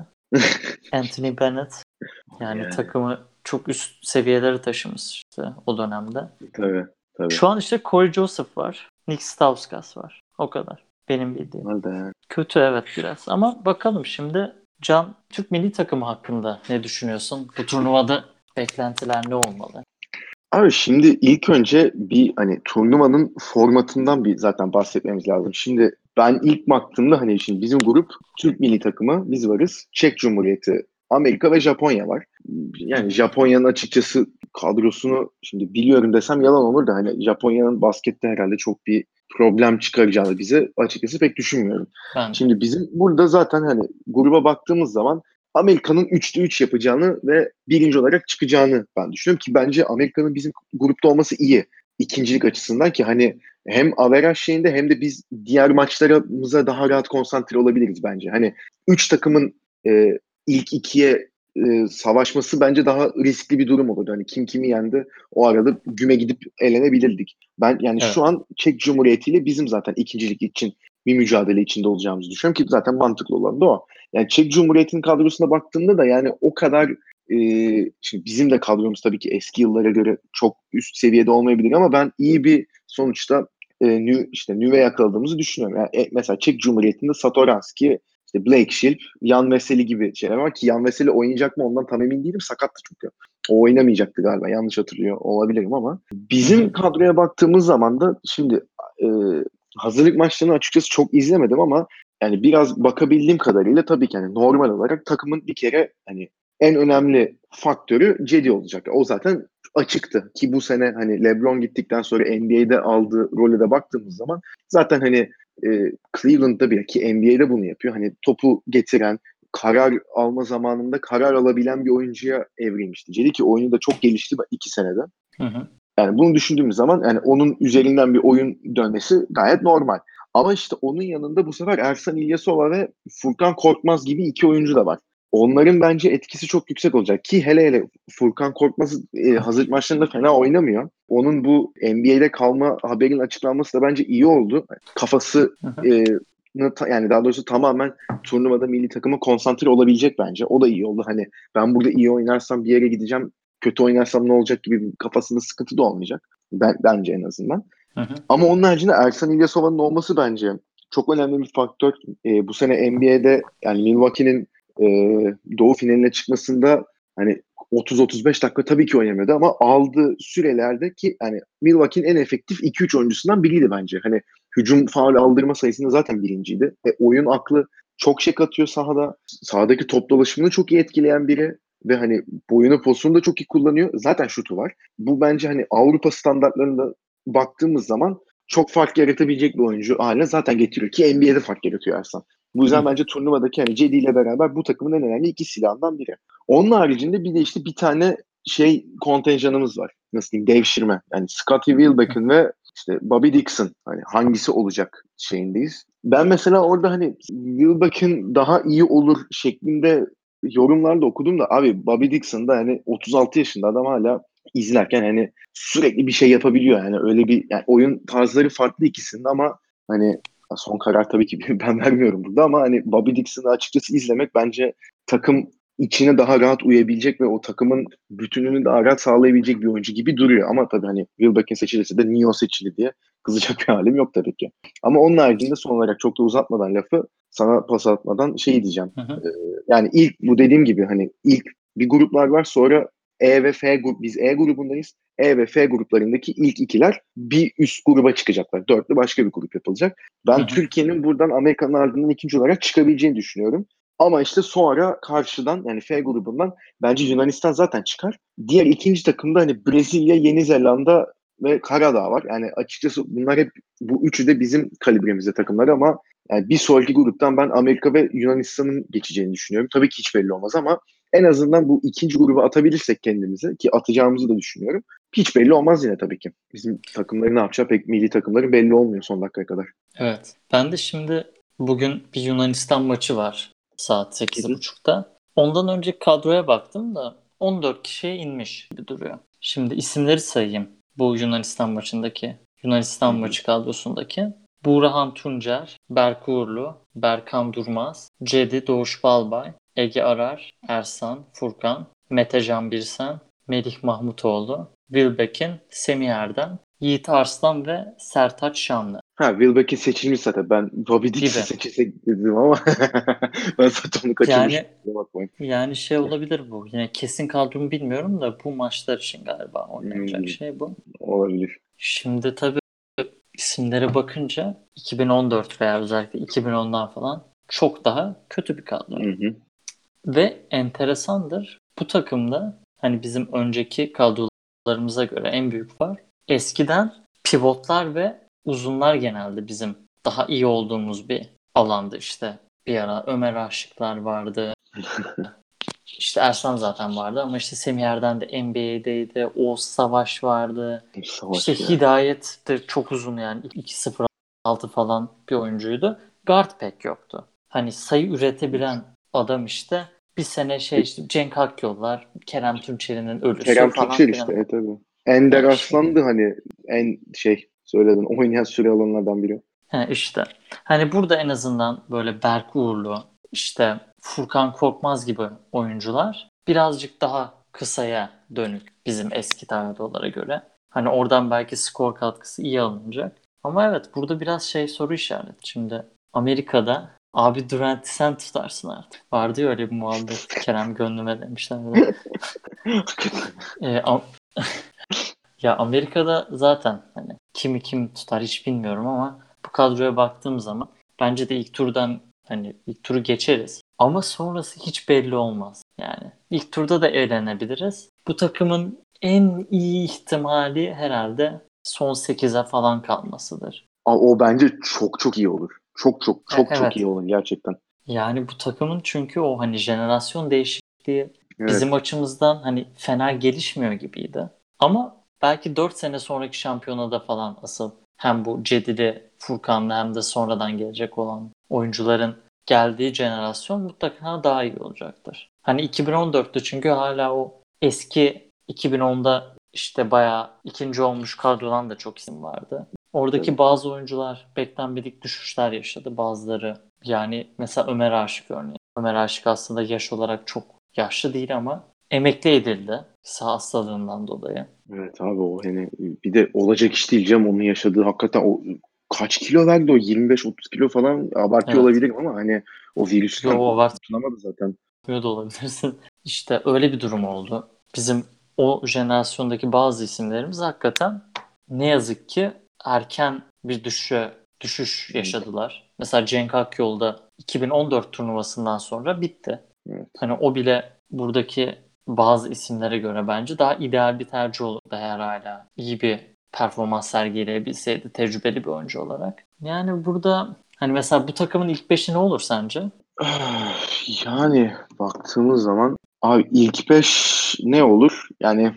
Anthony Bennett yani Yani takımı çok üst seviyelere taşımıştı o dönemde. tabii tabii. Şu an işte Corey Joseph var. Nick Stauskas var. O kadar. Benim bildiğim. Onlar da yani. Kötü evet biraz. Ama bakalım şimdi Can Türk milli takımı hakkında ne düşünüyorsun? Bu turnuvada beklentiler ne olmalı? Abi şimdi ilk önce bir hani turnuvanın formatından bir zaten bahsetmemiz lazım. Şimdi ben ilk baktığımda hani şimdi bizim grup Türk milli takımı biz varız. Çek Cumhuriyeti, Amerika ve Japonya var. Hı Yani hı. Japonya'nın açıkçası kadrosunu şimdi biliyorum desem yalan olur da hani Japonya'nın baskette herhalde çok bir problem çıkaracağını bize açıkçası pek düşünmüyorum. Ben de. Şimdi bizim burada zaten hani gruba baktığımız zaman Amerika'nın 3'te 3 yapacağını ve birinci olarak çıkacağını ben düşünüyorum ki bence Amerika'nın bizim grupta olması iyi. İkincilik açısından ki hani hem averaj şeyinde hem de biz diğer maçlarımıza daha rahat konsantre olabiliriz bence. Hani 3 takımın ilk ikiye savaşması bence daha riskli bir durum olurdu. Hani kim kimi yendi o arada güme gidip elenebilirdik. Ben yani şu Evet. an Çek Cumhuriyeti ile bizim zaten ikincilik için bir mücadele içinde olacağımızı düşünüyorum ki zaten mantıklı olan da o. Yani Çek Cumhuriyeti'nin kadrosuna baktığımda da yani o kadar e, şimdi bizim de kadromuz tabii ki eski yıllara göre çok üst seviyede olmayabilir ama ben iyi bir sonuçta nüve yakaladığımızı düşünüyorum. Yani, mesela Çek Cumhuriyeti'nde Satoranski, işte Blake Şilp, Jan Veseli gibi şeyler var ki Jan Veseli oynayacak mı ondan tam emin değilim. Sakattı çünkü. O oynamayacaktı galiba. Yanlış hatırlıyor olabilirim ama. Hı hı. Bizim kadroya baktığımız zaman da şimdi e, hazırlık maçlarını açıkçası çok izlemedim ama yani biraz bakabildiğim kadarıyla tabii ki hani normal olarak takımın bir kere hani en önemli faktörü Cedi olacak. O zaten açıktı ki bu sene hani LeBron gittikten sonra NBA'de aldığı role de baktığımız zaman zaten hani Cleveland'da bile ki NBA'de bunu yapıyor. Hani topu getiren, karar alma zamanında karar alabilen bir oyuncuya evrilmişti. Cedi ki oyunu da çok gelişti 2 senede. Hı hı. Yani bunu düşündüğümüz zaman yani onun üzerinden bir oyun dönmesi gayet normal. Ama işte onun yanında bu sefer Ersan İlyasova ve Furkan Korkmaz gibi iki oyuncu da var. onların bence etkisi çok yüksek olacak ki hele hele Furkan Korkmaz hazırlık maçlarında fena oynamıyor. Onun bu NBA'de kalma haberin açıklanması da bence iyi oldu. Kafası yani daha doğrusu tamamen turnuvada milli takıma konsantre olabilecek bence. O da iyi oldu. Hani ben burada iyi oynarsam bir yere gideceğim, kötü oynarsam ne olacak gibi bir kafasında sıkıntı da olmayacak. Bence en azından. Ama onun haricinde Ersan İlyasova'nın olması bence çok önemli bir faktör. Bu sene NBA'de yani Milwaukee'nin e, doğu finaline çıkmasında hani 30-35 dakika tabii ki oynamıyordu ama aldığı sürelerde ki yani Milwaukee'nin en efektif 2-3 oyuncusundan biriydi bence. Hani hücum faul aldırma sayısında zaten birinciydi. Oyun aklı çok şey katıyor sahada. Sahadaki top dolaşımını çok iyi etkileyen biri ve hani boyunu pozisyonu da çok iyi kullanıyor. Zaten şutu var. Bu bence hani Avrupa standartlarında baktığımız zaman çok fark yaratabilecek bir oyuncu haline zaten getiriyor ki NBA'de fark yaratıyor Ersan. Bu yüzden bence turnuvadaki hani Cedi ile beraber bu takımın en önemli iki silahından biri. Onun haricinde bir de işte bir tane kontenjanımız var. Nasıl diyeyim? Devşirme. Yani Scottie Wilbekin ve işte Bobby Dixon. Hani hangisi olacak şeyindeyiz. Ben mesela orada hani Wilbekin daha iyi olur şeklinde yorumlar da okudum da abi Bobby Dixon da hani 36 yaşında adam hala izlerken hani sürekli bir şey yapabiliyor yani öyle bir yani oyun tarzları farklı ikisinin ama hani son karar tabii ki ben vermiyorum burada ama hani Bobby Dixon'ı açıkçası izlemek bence takım içine daha rahat uyabilecek ve o takımın bütününü daha rahat sağlayabilecek bir oyuncu gibi duruyor. Ama tabii hani Wilbekin seçilirse de Neo seçili diye kızacak bir halim yok tabii ki. Ama onun haricinde son olarak çok da uzatmadan lafı sana pas atmadan diyeceğim. Ee, Yani ilk bu dediğim gibi hani ilk bir gruplar var sonra E ve F grup biz E grubundayız. E ve F gruplarındaki ilk ikiler bir üst gruba çıkacaklar. Dörtlü başka bir grup yapılacak. Ben Türkiye'nin buradan Amerika'nın ardından ikinci olarak çıkabileceğini düşünüyorum. Ama işte sonra karşıdan yani F grubundan bence Yunanistan zaten çıkar. Diğer ikinci takımda hani Brezilya, Yeni Zelanda ve Karadağ var. Yani açıkçası bunlar hep bu üçü de bizim kalibremizde takımlar ama yani bir sonraki gruptan ben Amerika ve Yunanistan'ın geçeceğini düşünüyorum. Tabii ki hiç belli olmaz ama en azından bu ikinci gruba atabilirsek kendimizi ki atacağımızı da düşünüyorum. Hiç belli olmaz yine tabii ki. Bizim takımları ne yapacağı pek milli takımların belli olmuyor son dakikaya kadar. Evet. Ben de şimdi bugün bir Yunanistan maçı var saat Hı hı. 8.30'da. Ondan önce kadroya baktım da 14 kişiye inmiş gibi duruyor. Şimdi isimleri sayayım. Bu Yunanistan maçındaki, Hı Yunanistan hı. maçı kadrosundaki. Buğrahan Tuncer, Berk Uğurlu, Berkan Durmaz, Cedi Doğuş Balbay, Ege Arar, Ersan, Furkan, Mete Can Birsen, Melih Mahmutoğlu, Wilbekin, Semih Erdem, Yiğit Arslan ve Sertaç Şanlı Ha, Wilbekin seçilmiş zaten. Ben Bobby Dixon gibi. seçilsek dedim ama ben zaten onu kaçırmışım. Yani Kusura bakmayın. yani şey olabilir bu. Yine kesin kadromu bilmiyorum da bu maçlar için galiba oynanacak Hmm, şey bu. olabilir. Şimdi tabii isimlere bakınca 2014 veya özellikle 2010'dan falan çok daha kötü bir kadro. Hı hı. Ve enteresandır. Bu takımda hani bizim önceki kadrolarımıza göre en büyük var. Eskiden pivotlar ve uzunlar genelde bizim daha iyi olduğumuz bir alandı işte. Bir ara Ömer Aşıklar vardı. İşte Ersan zaten vardı ama işte Semih Erdem de NBA'deydi. Oğuz Savaş vardı. İşte Savaş ya. Hidayet de çok uzun yani 2.06 falan bir oyuncuydu. Guard pek yoktu. Hani sayı üretebilen adam işte bir sene işte Cenk Akyollar, Kerem Tunçeri'nin ölüsü Kerem falan Tunçer işte. filan. Tabii. Ender Yani işte, Arslan'dı hani en söyledin oynayan süre alanlardan biri. işte. Hani burada en azından böyle Berk Uğurlu, işte Furkan Korkmaz gibi oyuncular birazcık daha kısaya dönük bizim eski kadrolara göre. Hani oradan belki skor katkısı iyi alınacak. Ama evet burada biraz soru işareti. Şimdi Amerika'da abi Durant'i sen tutarsın artık. Vardı ya öyle bir muhabbet. Kerem gönlüme demişlerdi. Am- Ya Amerika'da zaten hani kimi kim tutar hiç bilmiyorum ama bu kadroya baktığım zaman bence de ilk turdan hani ilk turu geçeriz. Ama sonrası hiç belli olmaz. Yani ilk turda da eğlenebiliriz. Bu takımın en iyi ihtimali herhalde son 8'e falan kalmasıdır. O bence çok çok iyi olur. Çok çok çok çok iyi Evet. olur gerçekten. Yani bu takımın çünkü o hani jenerasyon değişikliği Evet. bizim açımızdan hani fena gelişmiyor gibiydi. Ama belki 4 sene sonraki şampiyonada falan asıl hem bu Cedili Furkan'la hem de sonradan gelecek olan oyuncuların geldiği jenerasyon mutlaka daha iyi olacaktır. Hani 2014'te çünkü hala o eski 2010'da işte bayağı ikinci olmuş kadrodan da çok isim vardı. Oradaki Tabii. bazı oyuncular beklenmedik düşüşler yaşadı. Bazıları yani mesela Ömer Aşık örneği. Ömer Aşık aslında yaş olarak çok yaşlı değil ama emekli edildi sağ hastalığından dolayı. Evet abi, o hani bir de olacak iş değil canım, onun yaşadığı hakikaten o kaç kilo verdi, o 25-30 kilo falan, abartıyor Evet. olabilirim ama hani o virüsten Yo, var. tutunamadı zaten. Yapıyor da olabilirsin. İşte öyle bir durum oldu. Bizim o jenerasyondaki bazı isimlerimiz hakikaten ne yazık ki erken bir düşüş Evet, yaşadılar. Mesela Cenk Akyol da 2014 turnuvasından sonra bitti. evet. Hani o bile buradaki bazı isimlere göre bence daha ideal bir tercih olurdu eğer hala iyi bir performans sergileyebilseydi tecrübeli bir oyuncu olarak. Yani burada hani mesela bu takımın ilk beşi ne olur sence? Yani baktığımız zaman abi ilk 5 ne olur? Yani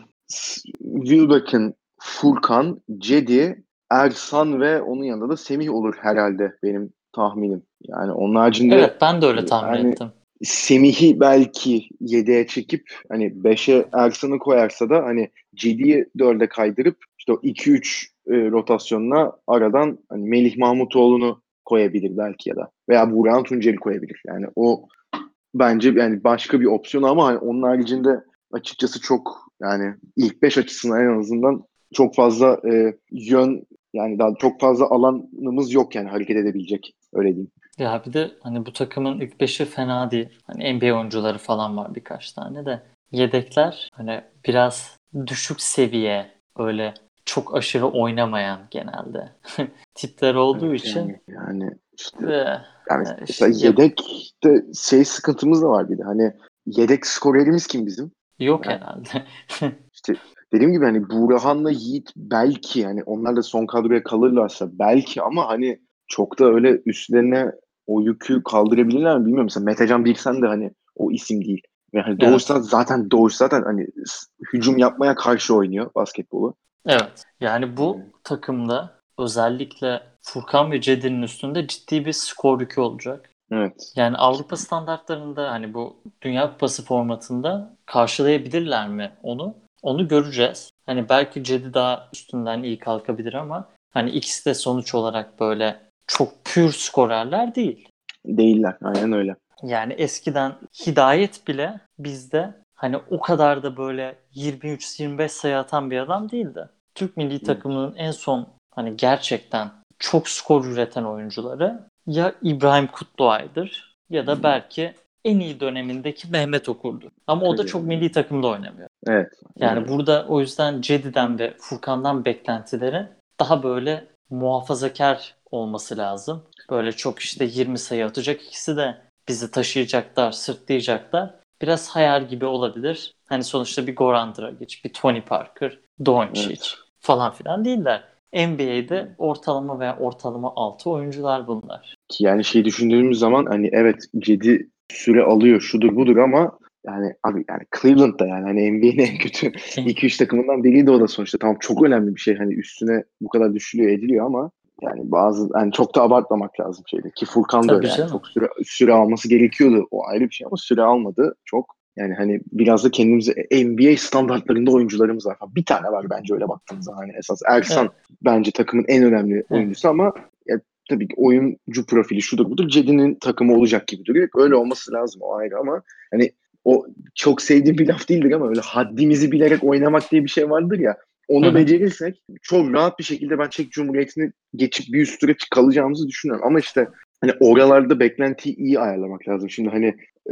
Wilbekin, Furkan, Cedi, Ersan ve onun yanında da Semih olur herhalde, benim tahminim. Yani onun haricinde Evet, ben de öyle tahmin yani ettim. Semih'i belki 7'ye çekip hani 5'e Ersan'ı koyarsa da hani Cedi'yi 4'e kaydırıp işte o 2-3 rotasyonuna aradan hani Melih Mahmutoğlu'nu koyabilir belki, ya da veya Burhan Tuncer'i koyabilir. Yani o bence yani başka bir opsiyon, ama hani onun haricinde açıkçası çok, yani ilk 5 açısından en azından çok fazla yön, yani daha çok fazla alanımız yok yani hareket edebilecek, öyle diyeyim. Ya bir de hani bu takımın ilk beşi fena değil. Hani NBA oyuncuları falan var birkaç tane de. Yedekler hani biraz düşük seviye, öyle çok aşırı oynamayan genelde tipler olduğu Evet, için yani işte ve yani mesela işte yedekte şey sıkıntımız da var bir de, hani yedek skorerimiz kim bizim? yok Yani herhalde. işte dediğim gibi hani Buğrahan'la Yiğit belki, yani onlar da son kadroya kalırlarsa belki, ama hani çok da öyle üstlerine o yükü kaldırabilirler mi bilmiyorum. Mesela Metecan Birsen de hani o isim değil. Ve hani Evet. Doğuş zaten hani hücum yapmaya karşı oynuyor basketbolu. Evet. Yani bu Yani, takımda özellikle Furkan ve Cedi'nin üstünde ciddi bir skor yükü olacak. evet. Yani Avrupa standartlarında hani bu Dünya Kupası formatında karşılayabilirler mi onu? Onu göreceğiz. Hani belki Cedi daha üstünden iyi kalkabilir ama hani ikisi de sonuç olarak böyle çok pür skorerler değil. Değiller. Aynen öyle. Yani eskiden Hidayet bile bizde hani o kadar da böyle 23-25 sayı atan bir adam değildi. Türk milli Evet. takımının en son hani gerçekten çok skor üreten oyuncuları ya İbrahim Kutluay'dır ya da belki en iyi dönemindeki Mehmet Okur'dur. Ama o da Tabii. çok milli takımda oynamıyor. Evet. Yani Yani, burada o yüzden Cedi'den ve Furkan'dan beklentileri daha böyle muhafazakar olması lazım. Böyle çok işte 20 sayı atacak, ikisi de bizi taşıyacaklar, sırtlayacaklar. Biraz hayal gibi olabilir. Hani sonuçta bir Goran Dragic, bir Tony Parker, Doncic evet. falan filan değiller. NBA'de ortalama veya ortalama altı oyuncular bunlar. Ki yani şey düşündüğümüz zaman hani evet, Cedi süre alıyor şudur budur, ama yani abi yani Cleveland'da, yani hani NBA'nin en kötü E, 2-3 takımından biriydi o da sonuçta. Tamam, çok önemli bir şey hani üstüne bu kadar düşülüyor ediliyor, ama yani bazı, yani çok da abartmamak lazım şeyde. Ki Furkan da öyle, tabii yani canım. çok süre alması gerekiyordu. O ayrı bir şey, ama süre almadı çok. Yani hani biraz da kendimize NBA standartlarında oyuncularımız var. Bir tane var bence öyle baktığımız zaman. Hani esas Ersan Evet. bence takımın en önemli Heh. oyuncusu, ama ya, tabii ki oyuncu profili şudur budur. Cedi'nin takımı olacak gibi duruyor. Öyle olması lazım, o ayrı, ama hani o çok sevdiğim bir laf değildir, ama öyle haddimizi bilerek oynamak diye bir şey vardır ya. Hı Onu hı. becerirsek çok rahat bir şekilde ben Çek Cumhuriyeti'ni geçip bir üst tura kalacağımızı düşünüyorum. Ama işte hani oralarda beklentiyi iyi ayarlamak lazım. Şimdi hani e,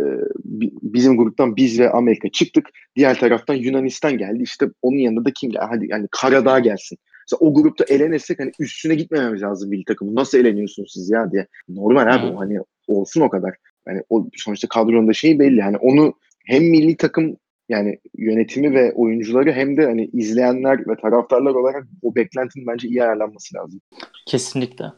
bizim gruptan biz ve Amerika çıktık. Diğer taraftan Yunanistan geldi. İşte onun yanında da kim geldi? Hadi yani Karadağ gelsin. Mesela o grupta elenirsek hani üstüne gitmememiz lazım milli takımın. Nasıl eleniyorsunuz siz ya diye. Normal abi, Hı. o hani olsun o kadar. Yani o sonuçta kadronda şey belli. Hani onu hem milli takım, yani yönetimi ve oyuncuları, hem de hani izleyenler ve taraftarlar olarak o beklentinin bence iyi ayarlanması lazım. Kesinlikle.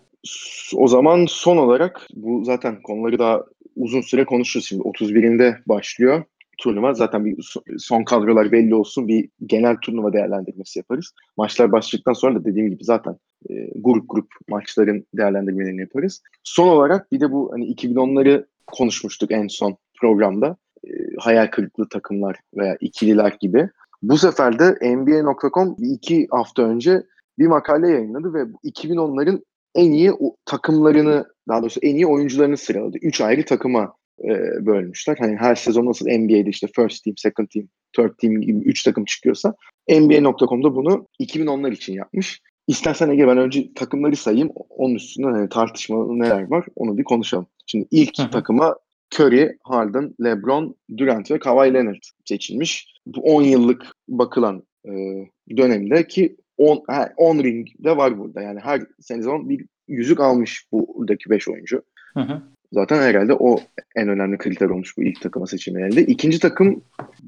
O zaman son olarak, bu zaten konuları daha uzun süre konuşuruz şimdi. 31'inde başlıyor. turnuva. Zaten bir son kadrolar belli olsun, bir genel turnuva değerlendirmesi yaparız. Maçlar başladıktan sonra da dediğim gibi zaten grup grup maçların değerlendirmelerini yaparız. Son olarak bir de bu hani 2010'ları konuşmuştuk en son programda. Hayal kırıklığı takımlar veya ikililer gibi. Bu sefer de NBA.com bir iki hafta önce bir makale yayınladı ve 2010'ların en iyi takımlarını, daha doğrusu en iyi oyuncularını sıraladı. 3 ayrı takıma bölmüşler. Hani her sezon nasıl NBA'de işte first team, second team, third team gibi 3 takım çıkıyorsa NBA.com'da bunu 2010'lar için yapmış. İstersen Ege ben önce takımları sayayım. Onun üstünden hani tartışmalı neler var onu bir konuşalım. Şimdi ilk takıma Curry, Harden, LeBron, Durant ve Kawhi Leonard seçilmiş. Bu 10 yıllık bakılan dönemde ki 10 ring de var burada. Yani her sezon bir yüzük almış buradaki 5 oyuncu. Zaten herhalde o en önemli kriter olmuş bu ilk takıma seçilmelerinde. İkinci takım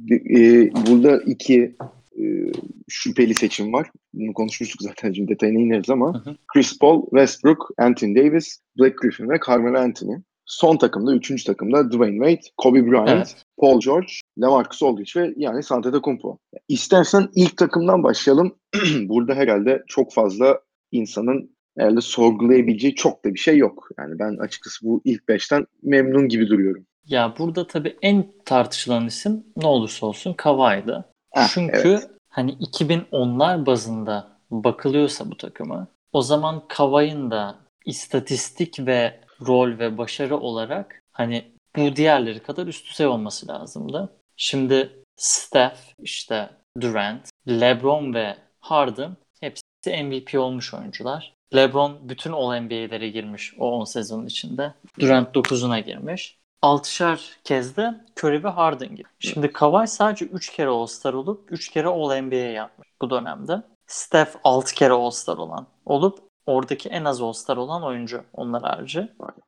burada iki şüpheli seçim var. Bunu konuşmuştuk zaten, şimdi detayına ineriz ama Chris Paul, Westbrook, Anthony Davis, Blake Griffin ve Carmelo Anthony. Son takımda, üçüncü takımda Dwayne Wade, Kobe Bryant, Paul George, LaMarcus Aldridge ve yani Antetokounmpo. İstersen ilk takımdan başlayalım. Burada herhalde çok fazla insanın herhalde sorgulayabileceği çok da bir şey yok. Yani ben açıkçası bu ilk beşten memnun gibi duruyorum. Ya burada tabii en tartışılan isim ne olursa olsun Kawhi'dı. Çünkü evet. hani 2010'lar bazında bakılıyorsa bu takıma, o zaman Kawhi'nin da istatistik ve rol ve başarı olarak hani bu diğerleri kadar üst düzey olması lazımdı. Şimdi Steph, işte Durant, LeBron ve Harden hepsi MVP olmuş oyuncular. LeBron bütün All-NBA'lere girmiş o 10 sezonun içinde. Durant 9'una girmiş. 6'şar kez de Curry ve Harden gibi. Şimdi Kawhi sadece 3 kere All-Star olup 3 kere All-NBA yapmış bu dönemde. Steph 6 kere All-Star olan olup oradaki en az All-Star olan oyuncu onlar harici.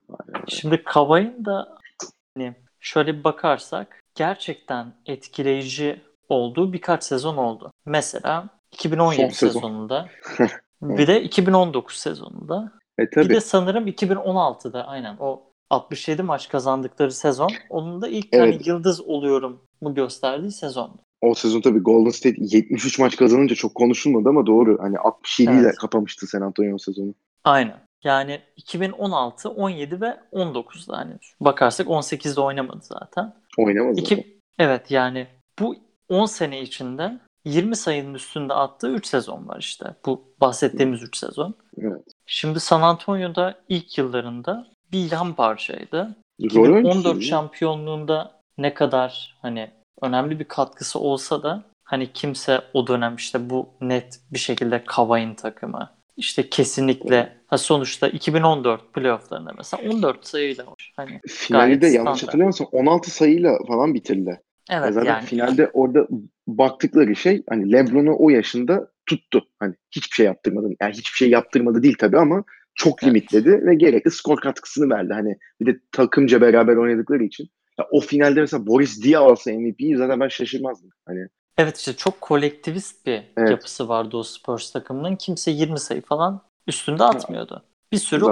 Şimdi Kawhi'nin da hani şöyle bir bakarsak gerçekten etkileyici olduğu birkaç sezon oldu. Mesela 2017 sezonunda bir de 2019 sezonunda. Bir de sanırım 2016'da aynen o 67 maç kazandıkları sezon. Onun da ilk hani yıldız oluyorum mu gösterdiği sezon. O sezon tabii Golden State 73 maç kazanınca çok konuşulmadı ama doğru. Hani 67 ile kapamıştı San Antonio sezonu. Aynen. Yani 2016, 17 ve 19'da hani bakarsak 18'de oynamadı zaten. Oynamadı zaten. Evet yani bu 10 sene içinde 20 sayının üstünde attığı 3 sezon var işte. Bu bahsettiğimiz 3 sezon. Evet. Şimdi San Antonio'da ilk yıllarında bir ilham parçaydı. 2014 şampiyonluğunda ne kadar hani önemli bir katkısı olsa da hani kimse o dönem işte bu net bir şekilde Kawhi'nin takımı. İşte kesinlikle sonuçta 2014 playofflarında mesela 14 sayıyla var. Hani finalde yanlış hatırlamıyorsam 16 sayıyla falan bitirdi. Evet zaten yani. Finalde orada baktıkları şey hani LeBron'u o yaşında tuttu. Hani hiçbir şey yaptırmadı. Yani hiçbir şey yaptırmadı değil tabii ama çok limitledi ve gerekli skor katkısını verdi. Hani bir de takımca beraber oynadıkları için. Ya o finalde mesela Boris Diaw alsa MVP'yi zaten ben şaşırmazdım. Hani evet işte çok kolektivist bir yapısı vardı o Spurs takımının. Kimse 20 sayı falan üstünde atmıyordu. Bir sürü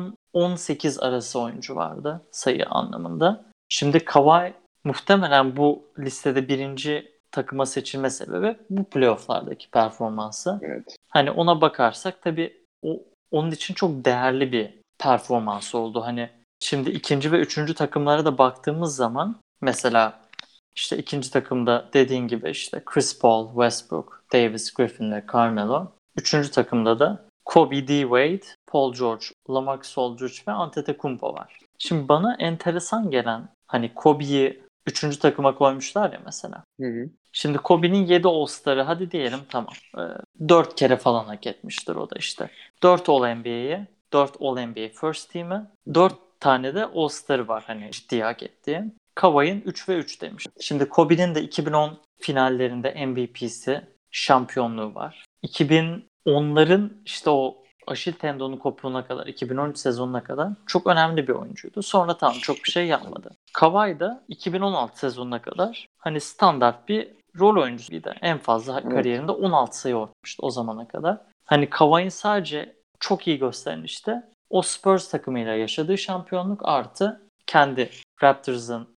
10-18 arası oyuncu vardı sayı anlamında. Şimdi Kawhi muhtemelen bu listede birinci takıma seçilme sebebi bu playofflardaki performansı. Evet. Hani ona bakarsak tabii onun için çok değerli bir performans oldu. Hani şimdi ikinci ve üçüncü takımlara da baktığımız zaman mesela işte ikinci takımda dediğin gibi işte Chris Paul, Westbrook, Davis, Griffin ve Carmelo. Üçüncü takımda da Kobe D. Wade, Paul George, LaMarcus Aldridge ve Antetokounmpo var. Şimdi bana enteresan gelen hani Kobe'yi üçüncü takıma koymuşlar ya mesela. Şimdi Kobe'nin 7 All-Star'ı hadi diyelim tamam. 4 kere falan hak etmiştir o da işte. 4 All-NBA'yi, 4 All-NBA First Team'i, 4 tane de All-Star'ı var hani ciddi hak ettiği. Kawhi'nin 3 ve 3 demiş. Şimdi Kobe'nin de 2010 finallerinde MVP'si, şampiyonluğu var. 2010'ların işte o Aşil tendonu kopuğuna kadar, 2013 sezonuna kadar çok önemli bir oyuncuydu. Sonra tamam çok bir şey yapmadı. Kawhi da 2016 sezonuna kadar hani standart bir rol oyuncusuydu. En fazla kariyerinde 16 sayı ortamıştı o zamana kadar. Hani Kawhi'nin sadece çok iyi gösteren işte o Spurs takımıyla yaşadığı şampiyonluk artı kendi Raptors'ın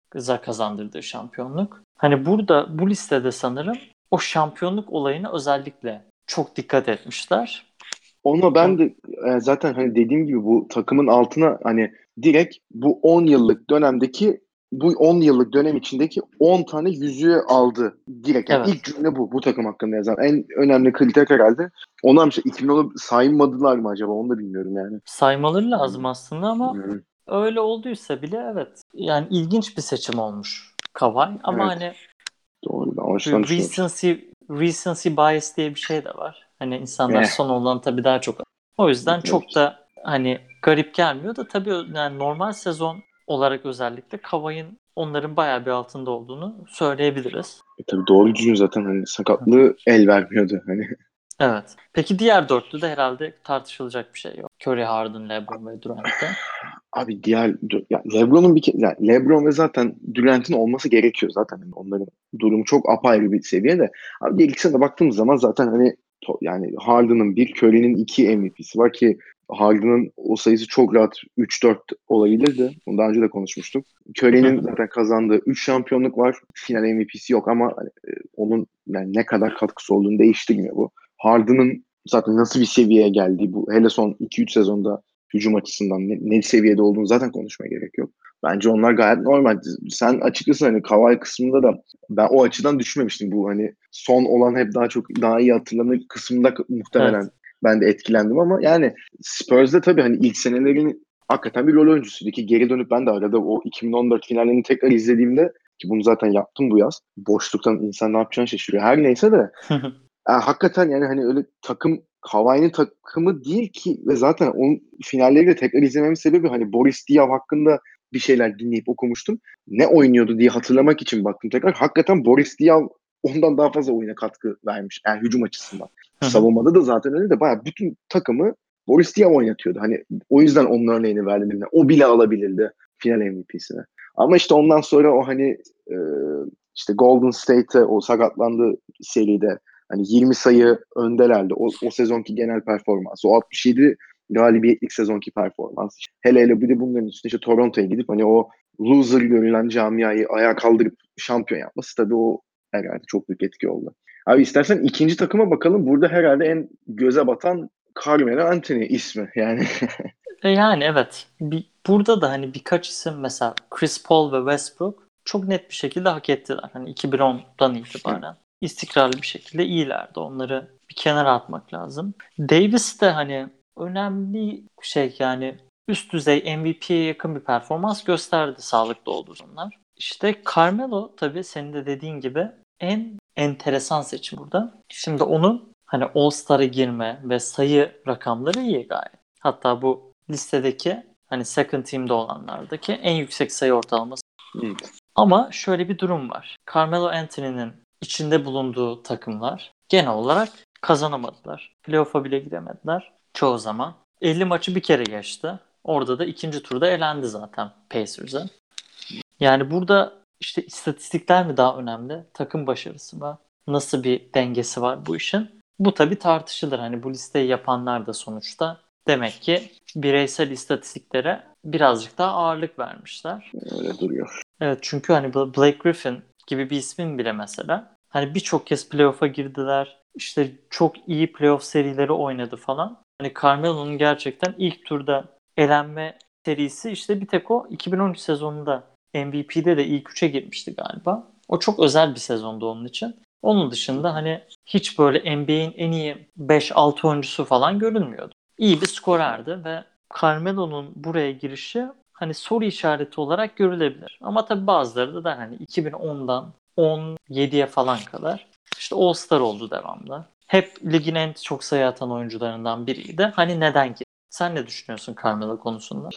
kazandırdığı şampiyonluk. Hani burada bu listede sanırım o şampiyonluk olayına özellikle çok dikkat etmişler. Ona ben de zaten hani dediğim gibi bu takımın altına hani direkt bu 10 yıllık dönemdeki bu 10 yıllık dönem içindeki 10 tane yüzüğü aldı. Direkt yani Evet. ilk cümle bu takım hakkında yazan. En önemli kriter herhalde. Ondan bir şey 2010'u saymadılar mı acaba onu da bilmiyorum yani. Saymaları lazım aslında ama Hmm. öyle olduysa bile evet. Yani ilginç bir seçim olmuş Kawhi ama Evet, hani doğru. Ben o açıdan bir düşünmemiştim. recency bias diye bir şey de var. Hani insanlar Eh, son olan tabii daha çok. O yüzden tabii çok ki. da hani garip gelmiyor da tabii yani normal sezon olarak özellikle Kawhi'nin onların bayağı bir altında olduğunu söyleyebiliriz. Tabii doğru düzgün zaten hani sakatlığı el vermiyordu hani. Evet. Peki diğer dörtlü de herhalde tartışılacak bir şey yok. Curry, Harden, LeBron ve Durant'te. Abi ya LeBron'un yani LeBron ve zaten Durant'in olması gerekiyor zaten. Yani onların durumu çok apayrı bir seviyede. Abi diğer ikisine de baktığımız zaman zaten hani yani Harden'ın bir, Curry'nin iki MVP'si var ki Harden'ın o sayısı çok rahat 3-4 olabilirdi. Bunu daha önce de konuşmuştuk. Curry'nin zaten kazandığı 3 şampiyonluk var. Final MVP'si yok ama hani, onun yani ne kadar katkısı olduğunu değiştirmiyor bu. Harden'ın zaten nasıl bir seviyeye geldiği bu hele son 2-3 sezonda hücum açısından ne seviyede olduğunu zaten konuşmaya gerek yok. Bence onlar gayet normal. Sen açıkçası hani Kawhi kısmında da ben o açıdan düşünmemiştim. Bu hani son olan hep daha iyi hatırlanır kısmında Evet. muhtemelen ben de etkilendim ama yani Spurs'da tabii hani ilk senelerin hakikaten bir rol oyuncusuydu ki geri dönüp ben de arada o 2014 finallerini tekrar izlediğimde ki bunu zaten yaptım bu yaz. Boşluktan insan ne yapacağını şaşırıyor. Her neyse de hakikaten yani hani öyle Kawhi'nin takımı değil ki ve zaten onun finalleri de tekrar izlememin sebebi hani Boris Diaw hakkında bir şeyler dinleyip okumuştum. Ne oynuyordu diye hatırlamak için baktım tekrar. Hakikaten Boris Diaw ondan daha fazla oyuna katkı vermiş. Yani hücum açısından. Savunmada da zaten öyle de bayağı bütün takımı Boris Diaw oynatıyordu. Hani o yüzden onun örneğini verdim. Yani o bile alabilirdi final MVP'sini. Ama işte ondan sonra o hani e, işte Golden State'e o sakatlandığı seride hani 20 sayı öndelerdi. O sezonki genel performans. O 67 galibiyetlik sezonki performans. Hele hele bir de bunların üstüne işte Toronto'ya gidip hani o loser görülen camiayı ayağa kaldırıp şampiyon yapması tabii o herhalde çok büyük etki oldu. Abi istersen ikinci takıma bakalım. Burada herhalde en göze batan Carmelo Anthony ismi. Yani Yani evet. Burada da hani birkaç isim mesela Chris Paul ve Westbrook çok net bir şekilde hak ettiler. Hani 2010'dan itibaren istikrarlı bir şekilde iyilerdi. Onları bir kenara atmak lazım. Davis de hani önemli şey yani üst düzey MVP'ye yakın bir performans gösterdi sağlıklı olduğu zamanlar. İşte Carmelo tabii senin de dediğin gibi en enteresan seçim burada. Şimdi onun hani All-Star'a girme ve sayı rakamları iyi gayet. Hatta bu listedeki hani second team'de olanlardaki en yüksek sayı ortalaması. evet. Ama şöyle bir durum var. Carmelo Anthony'nin içinde bulunduğu takımlar genel olarak kazanamadılar. Playoff'a bile gidemediler çoğu zaman. 50 maçı bir kere geçti. Orada da ikinci turda elendi zaten Pacers'a. Yani burada işte istatistikler mi daha önemli, takım başarısı mı? Nasıl bir dengesi var bu işin? Bu tabii tartışılır. Hani bu listeyi yapanlar da sonuçta demek ki bireysel istatistiklere birazcık daha ağırlık vermişler. Öyle duruyor. Evet çünkü hani Blake Griffin gibi bir ismin bile mesela hani birçok kez playoff'a girdiler. İşte çok iyi playoff serileri oynadı falan. Hani Carmelo'nun gerçekten ilk turda elenme serisi işte bir tek o 2013 sezonunda MVP'de de ilk üçe girmişti galiba. O çok özel bir sezondu onun için. Onun dışında hani hiç böyle NBA'in en iyi 5-6 oyuncusu falan görünmüyordu. İyi bir skorerdi ve Carmelo'nun buraya girişi hani soru işareti olarak görülebilir. Ama tabii bazıları da der hani 2010'dan 17'ye falan kadar işte All-Star oldu devamlı. Hep ligin en çok sayı atan oyuncularından biriydi. Hani neden ki? Sen ne düşünüyorsun Carmelo konusunda?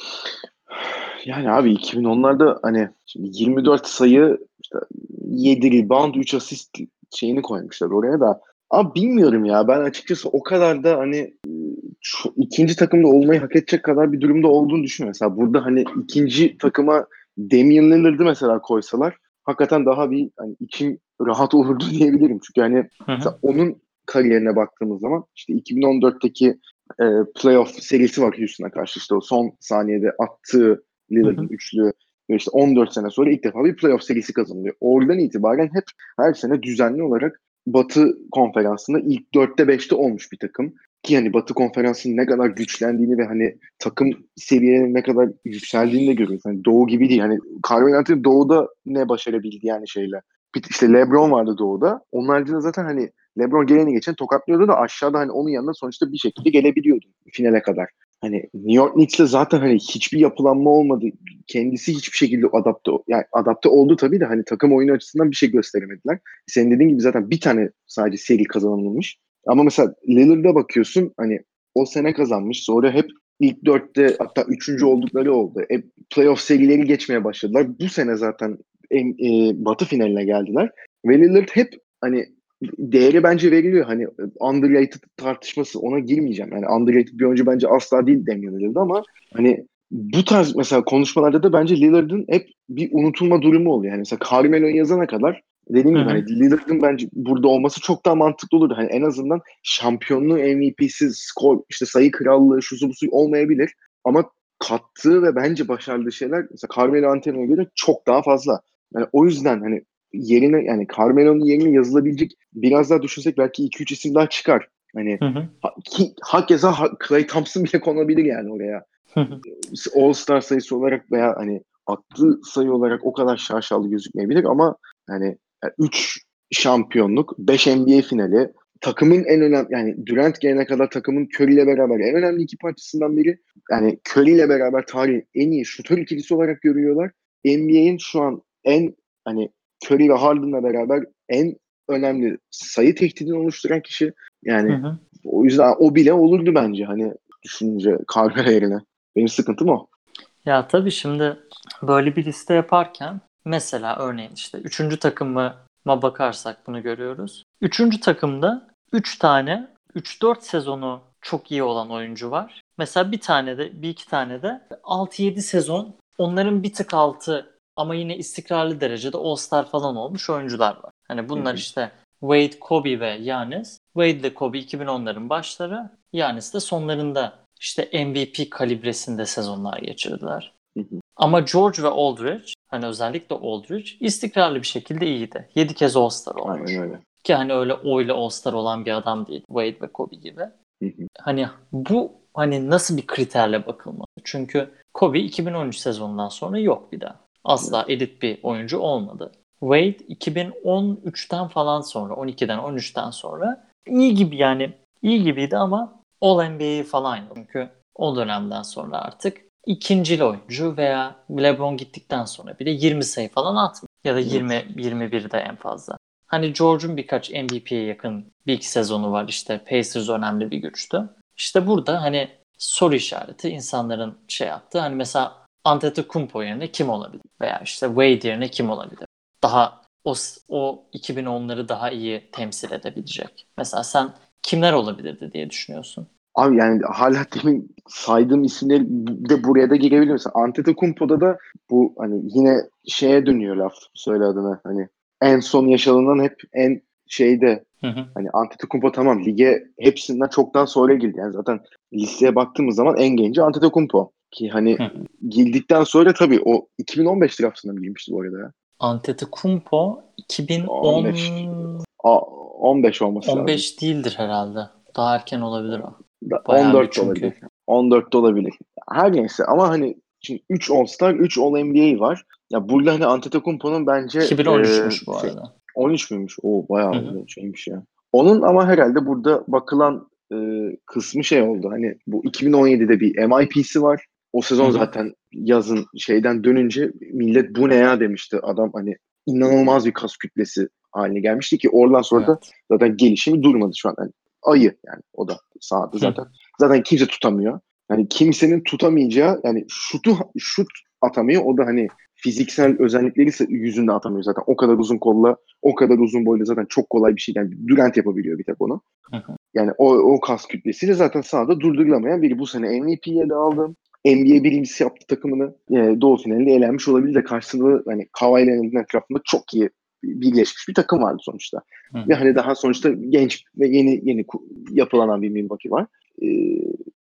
Yani abi 2010'larda hani şimdi 24 sayı işte 7 rebound 3 asist şeyini koymuşlar oraya da. Abi bilmiyorum ya ben açıkçası o kadar da hani ikinci takımda olmayı hak edecek kadar bir durumda olduğunu düşünmüyorum. Mesela burada hani ikinci takıma Damian Lillard'ı mesela koysalar hakikaten daha bir hani içim rahat olurdu diyebilirim. Çünkü hani Hı hı. mesela onun kariyerine baktığımız zaman işte 2014'teki playoff serisi var Houston'a karşı. İşte o son saniyede attığı Hı Lillard'ın hı. üçlü ve işte 14 sene sonra ilk defa bir playoff serisi kazanılıyor. Oradan itibaren hep her sene düzenli olarak Batı konferansında ilk 4'te 5'te olmuş bir takım. Ki hani Batı konferansının ne kadar güçlendiğini ve hani takım seviyelerinin ne kadar yükseldiğini de görüyoruz. Hani Doğu gibi değil. Hani Carmelo Anthony Doğu'da ne başarabildi yani şeyle. İşte LeBron vardı Doğu'da. Onun haricinde zaten hani LeBron geleni geçen tokatlıyordu da aşağıda hani onun yanına sonuçta bir şekilde gelebiliyordu finale kadar. Hani New York Knicks'le zaten hani hiçbir yapılanma olmadı. Kendisi hiçbir şekilde adapte oldu tabii de hani takım oyunu açısından bir şey gösteremediler. Senin dediğin gibi zaten bir tane sadece seri kazanılmış. Ama mesela Lillard'a bakıyorsun hani o sene kazanmış. Sonra hep ilk dörtte hatta üçüncü oldukları oldu. Playoff serileri geçmeye başladılar. Bu sene zaten Batı finaline geldiler. Ve Lillard hep hani değeri bence veriliyor. Hani underrated tartışması ona girmeyeceğim. Yani underrated bir oyuncu bence asla değil Damian Lillard ama hani bu tarz mesela konuşmalarda da bence Lillard'ın hep bir unutulma durumu oluyor. Yani mesela Carmelo'yu yazana kadar dediğim Hı gibi hı. hani Lillard'ın bence burada olması çok daha mantıklı olurdu. Hani en azından şampiyonluğu MVP'si, skor, işte sayı krallığı, şusu busu olmayabilir. Ama kattığı ve bence başardığı şeyler mesela Carmelo Anthony'ye göre çok daha fazla. Yani o yüzden hani yerine yani Carmelo'nun yerine yazılabilecek biraz daha düşünsek belki 2-3 isim daha çıkar. Hani Hı hı. hakeza Klay Thompson bile konabilir yani oraya. Hı hı. All-Star sayısı olarak veya hani attığı sayı olarak o kadar şaşalı gözükmeyebilir ama hani 3 şampiyonluk, 5 NBA finali, takımın en önemli yani Durant gelene kadar takımın Curry ile beraber en önemli iki parçasından biri. Yani Curry ile beraber tarihin en iyi şutör ikilisi olarak görüyorlar. NBA'in şu an en hani Curry ve Harden'la beraber en önemli sayı tehdidini oluşturan kişi. Hı Yani hı. o yüzden o bile olurdu bence hani düşününce Carmelo yerine. Benim sıkıntım o. Ya tabii şimdi böyle bir liste yaparken mesela örneğin işte üçüncü takıma bakarsak bunu görüyoruz. Üçüncü takımda 3 tane 3-4 sezonu çok iyi olan oyuncu var. Mesela bir iki tane de 6-7 sezon onların bir tık altı ama yine istikrarlı derecede All-Star falan olmuş oyuncular var. Hani Hı bunlar hı. işte Wade, Kobe ve Giannis. Wade ile Kobe 2010'ların başları, Giannis de sonlarında işte MVP kalibresinde sezonlar geçirdiler. Hı hı. Ama George ve Aldridge, hani özellikle Aldridge istikrarlı bir şekilde iyiydi. 7 kez All-Star Aynen olmuş. öyle. Ki hani öyle oyla All-Star olan bir adam değil. Wade ve Kobe gibi. Hı hı. Hani bu hani nasıl bir kriterle bakılmalı? Çünkü Kobe 2013 sezonundan sonra yok bir daha. Asla Evet. elit bir oyuncu olmadı. Wade 2013'ten falan sonra, 12'den 13'ten sonra iyi gibi yani iyi gibiydi ama All-NBA'yi falan yok. Çünkü o dönemden sonra artık ikincil oyuncu veya LeBron gittikten sonra bile 20 sayı falan atmıyor. Ya da Evet. 20-21 de en fazla. Hani George'un birkaç MVP'ye yakın bir iki sezonu var. İşte Pacers önemli bir güçtü. İşte burada hani soru işareti insanların şey yaptığı. Hani mesela Antetokounmpo yerine kim olabilir? Veya işte Wade yerine kim olabilir? Daha o 2010'ları daha iyi temsil edebilecek. Mesela sen kimler olabilirdi diye düşünüyorsun? Abi yani hala demin saydığım isimler de buraya da girebilir. Mesela Antetokounmpo'da da bu hani yine şeye dönüyor laf söyle adına hani en son yaşanılan hep en şeyde Hı hı. hani Antetokounmpo tamam lige hepsinden çoktan sonra girdi. Yani zaten listeye baktığımız zaman en genci Antetokounmpo. Ki hani Hı hı. girdikten sonra tabii o 2015 draftında mı girmişti bu arada ya? Antetokounmpo 15 2010 15 olması lazım. 15 değildir herhalde. Daha erken olabilir o. Bayağı iyi 14 de çünkü. olabilir. 14 de olabilir. Her neyse ama hani şimdi 3 All-Star, 3 All-NBA var. Ya burada hani Antetokounmpo'nun bence 2013'müş bu arada. 13 müymüş? Oo Hı bayağı hı. şeymiş ya. Onun ama herhalde burada bakılan kısmı şey oldu. Hani bu 2017'de bir MIP'si var. O Hı sezon hı. zaten yazın şeyden dönünce millet bu ne ya demişti. Adam hani inanılmaz bir kas kütlesi haline gelmişti ki oradan sonra da Evet. zaten gelişimi durmadı şu an. Yani ayı yani o da sahada Hı hı. zaten. Zaten kimse tutamıyor. Yani kimsenin tutamayacağı yani şut atamıyor. O da hani fiziksel özellikleri yüzünde atamıyor zaten. O kadar uzun kolla, o kadar uzun boyla zaten çok kolay bir şey. Yani Durant yapabiliyor bir tek onu. Hı hı. Yani o kas kütlesiyle zaten sahada durdurulamayan biri. Bu sene MVP'ye de aldı. NBA birincisi yaptı takımını. Doğu finalinde elenmiş olabilir de karşısında hani Kawhi Leonard'ın etrafında çok iyi birleşmiş bir takım vardı sonuçta. Hı Ve hı. hani daha sonuçta genç ve yeni yapılanan bir Milwaukee var. Ee,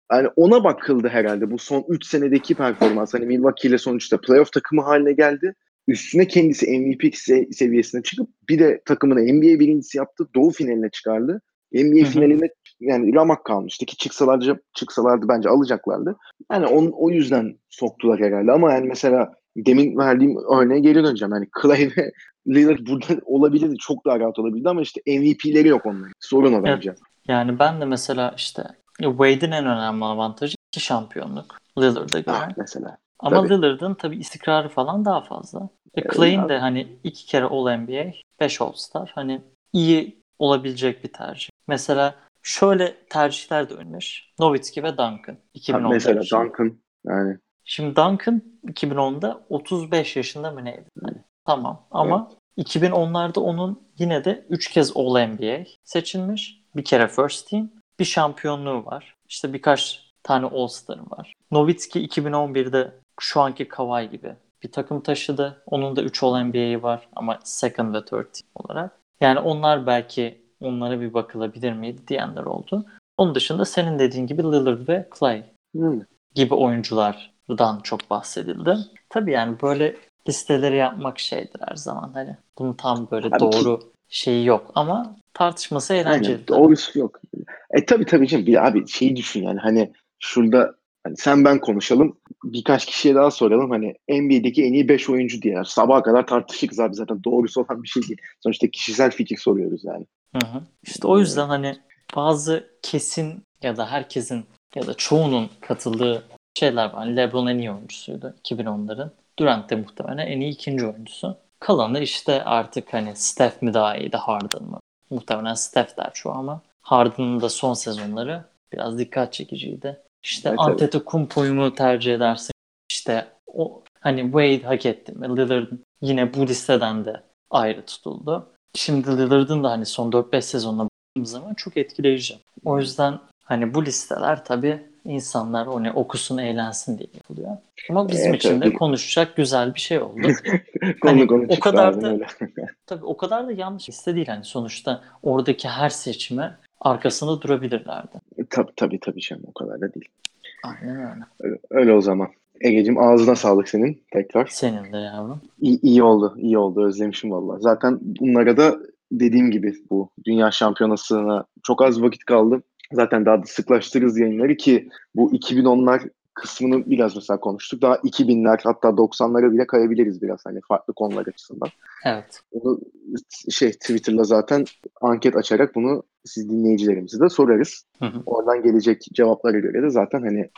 Yani ona bakıldı herhalde bu son 3 senedeki performans. Hani Milwaukee ile sonuçta playoff takımı haline geldi. Üstüne kendisi MVP seviyesine çıkıp bir de takımını NBA birincisi yaptı. Doğu finaline çıkardı. NBA Hı hı. finaline yani ramak kalmıştı ki çıksalardı bence alacaklardı. Yani o yüzden soktular herhalde ama yani mesela demin verdiğim örneğe geri döneceğim. Yani Clay ve Lillard burada olabilirdi. Çok daha rahat olabilirdi ama işte MVP'leri yok onların. Sorun o Evet. bence. Yani ben de mesela işte Wade'in en önemli avantajı 2 şampiyonluk Lillard'a göre. Mesela. Ama Tabii. Lillard'ın tabii istikrarı falan daha fazla. Clay'in Ya, de hani 2 kere All-NBA, 5 All-Star. Hani iyi olabilecek bir tercih. Mesela şöyle tercihler de önmüş. Nowitzki ve Duncan 2010'da mesela için. Duncan yani Şimdi Duncan 2010'da 35 yaşında mı neydi? Hani tamam ama evet. 2010'larda onun yine de 3 kez All-NBA seçilmiş. Bir kere First Team. Bir şampiyonluğu var. İşte birkaç tane All-Star'ı var. Nowitzki 2011'de şu anki Kawhi gibi bir takım taşıdı. Onun da 3 All-NBA'yi var ama second ve third team olarak. Yani onlar belki onlara bir bakılabilir miydi diyenler oldu. Onun dışında senin dediğin gibi Lillard ve Clay Hmm. gibi oyunculardan çok bahsedildi. Tabii yani böyle listeleri yapmak şeydir her zaman. Hani bunun tam böyle Abi ki doğru şeyi yok ama tartışması aynen eğlenceli tabii. doğrusu yok. Tabii canım bir abi şeyi düşün yani hani şurada hani sen ben konuşalım birkaç kişiye daha soralım hani NBA'deki en iyi 5 oyuncu diye sabaha kadar tartışırız abi zaten doğrusu olan bir şey değil. Sonuçta kişisel fikir soruyoruz yani. Hı hı. İşte o yüzden hani bazı kesin ya da herkesin ya da çoğunun katıldığı şeyler var. Hani LeBron en iyi oyuncusuydu 2010'ların. Durant de muhtemelen en iyi ikinci oyuncusu. Kalanı işte artık hani Steph mi daha iyiydi, Harden mı? Muhtemelen Steph der çoğu ama Harden'ın da son sezonları biraz dikkat çekiciydi. İşte Tabii. Antetokounmpo'yu mu tercih edersin? İşte o hani Wade hak etti mi? Lillard yine bu listeden de ayrı tutuldu. Şimdi Lillard'ın da hani son 4-5 sezonuna baktığımız zaman çok etkileyici. O yüzden hani bu listeler tabii insanlar hani okusun eğlensin diye yapılıyor. Ama bizim için de Tabii. konuşacak güzel bir şey oldu. Konu Hani konu o çıktı kadar aynen da öyle. tabii o kadar da yanlış liste değil. Hani sonuçta oradaki her seçime arkasında durabilirlerdi. Tabii canım o kadar da değil. Aynen öyle. Öyle o zaman. Egeciğim ağzına sağlık senin tekrar. Senin de yavrum. İyi oldu, iyi oldu. Özlemişim valla. Zaten bunlara da dediğim gibi bu Dünya Şampiyonası'na çok az vakit kaldı. Zaten daha da sıklaştırırız yayınları ki bu 2010'lar kısmını biraz mesela konuştuk. Daha 2000'ler hatta 90'lara bile kayabiliriz biraz hani farklı konular açısından. Evet. Bunu Twitter'la zaten anket açarak bunu siz dinleyicilerimize de sorarız. Hı hı. Oradan gelecek cevaplara göre de zaten hani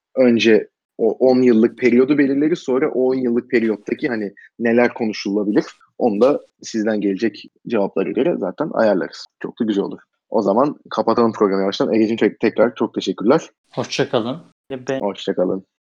önce o 10 yıllık periyodu belirleriz. Sonra o 10 yıllık periyottaki hani neler konuşulabilir onu da sizden gelecek cevaplara göre zaten ayarlarız. Çok da güzel olur. O zaman kapatalım programı yavaştan. Egeciğim tekrar çok teşekkürler. Hoşça kalın. Ve Hoşçakalın.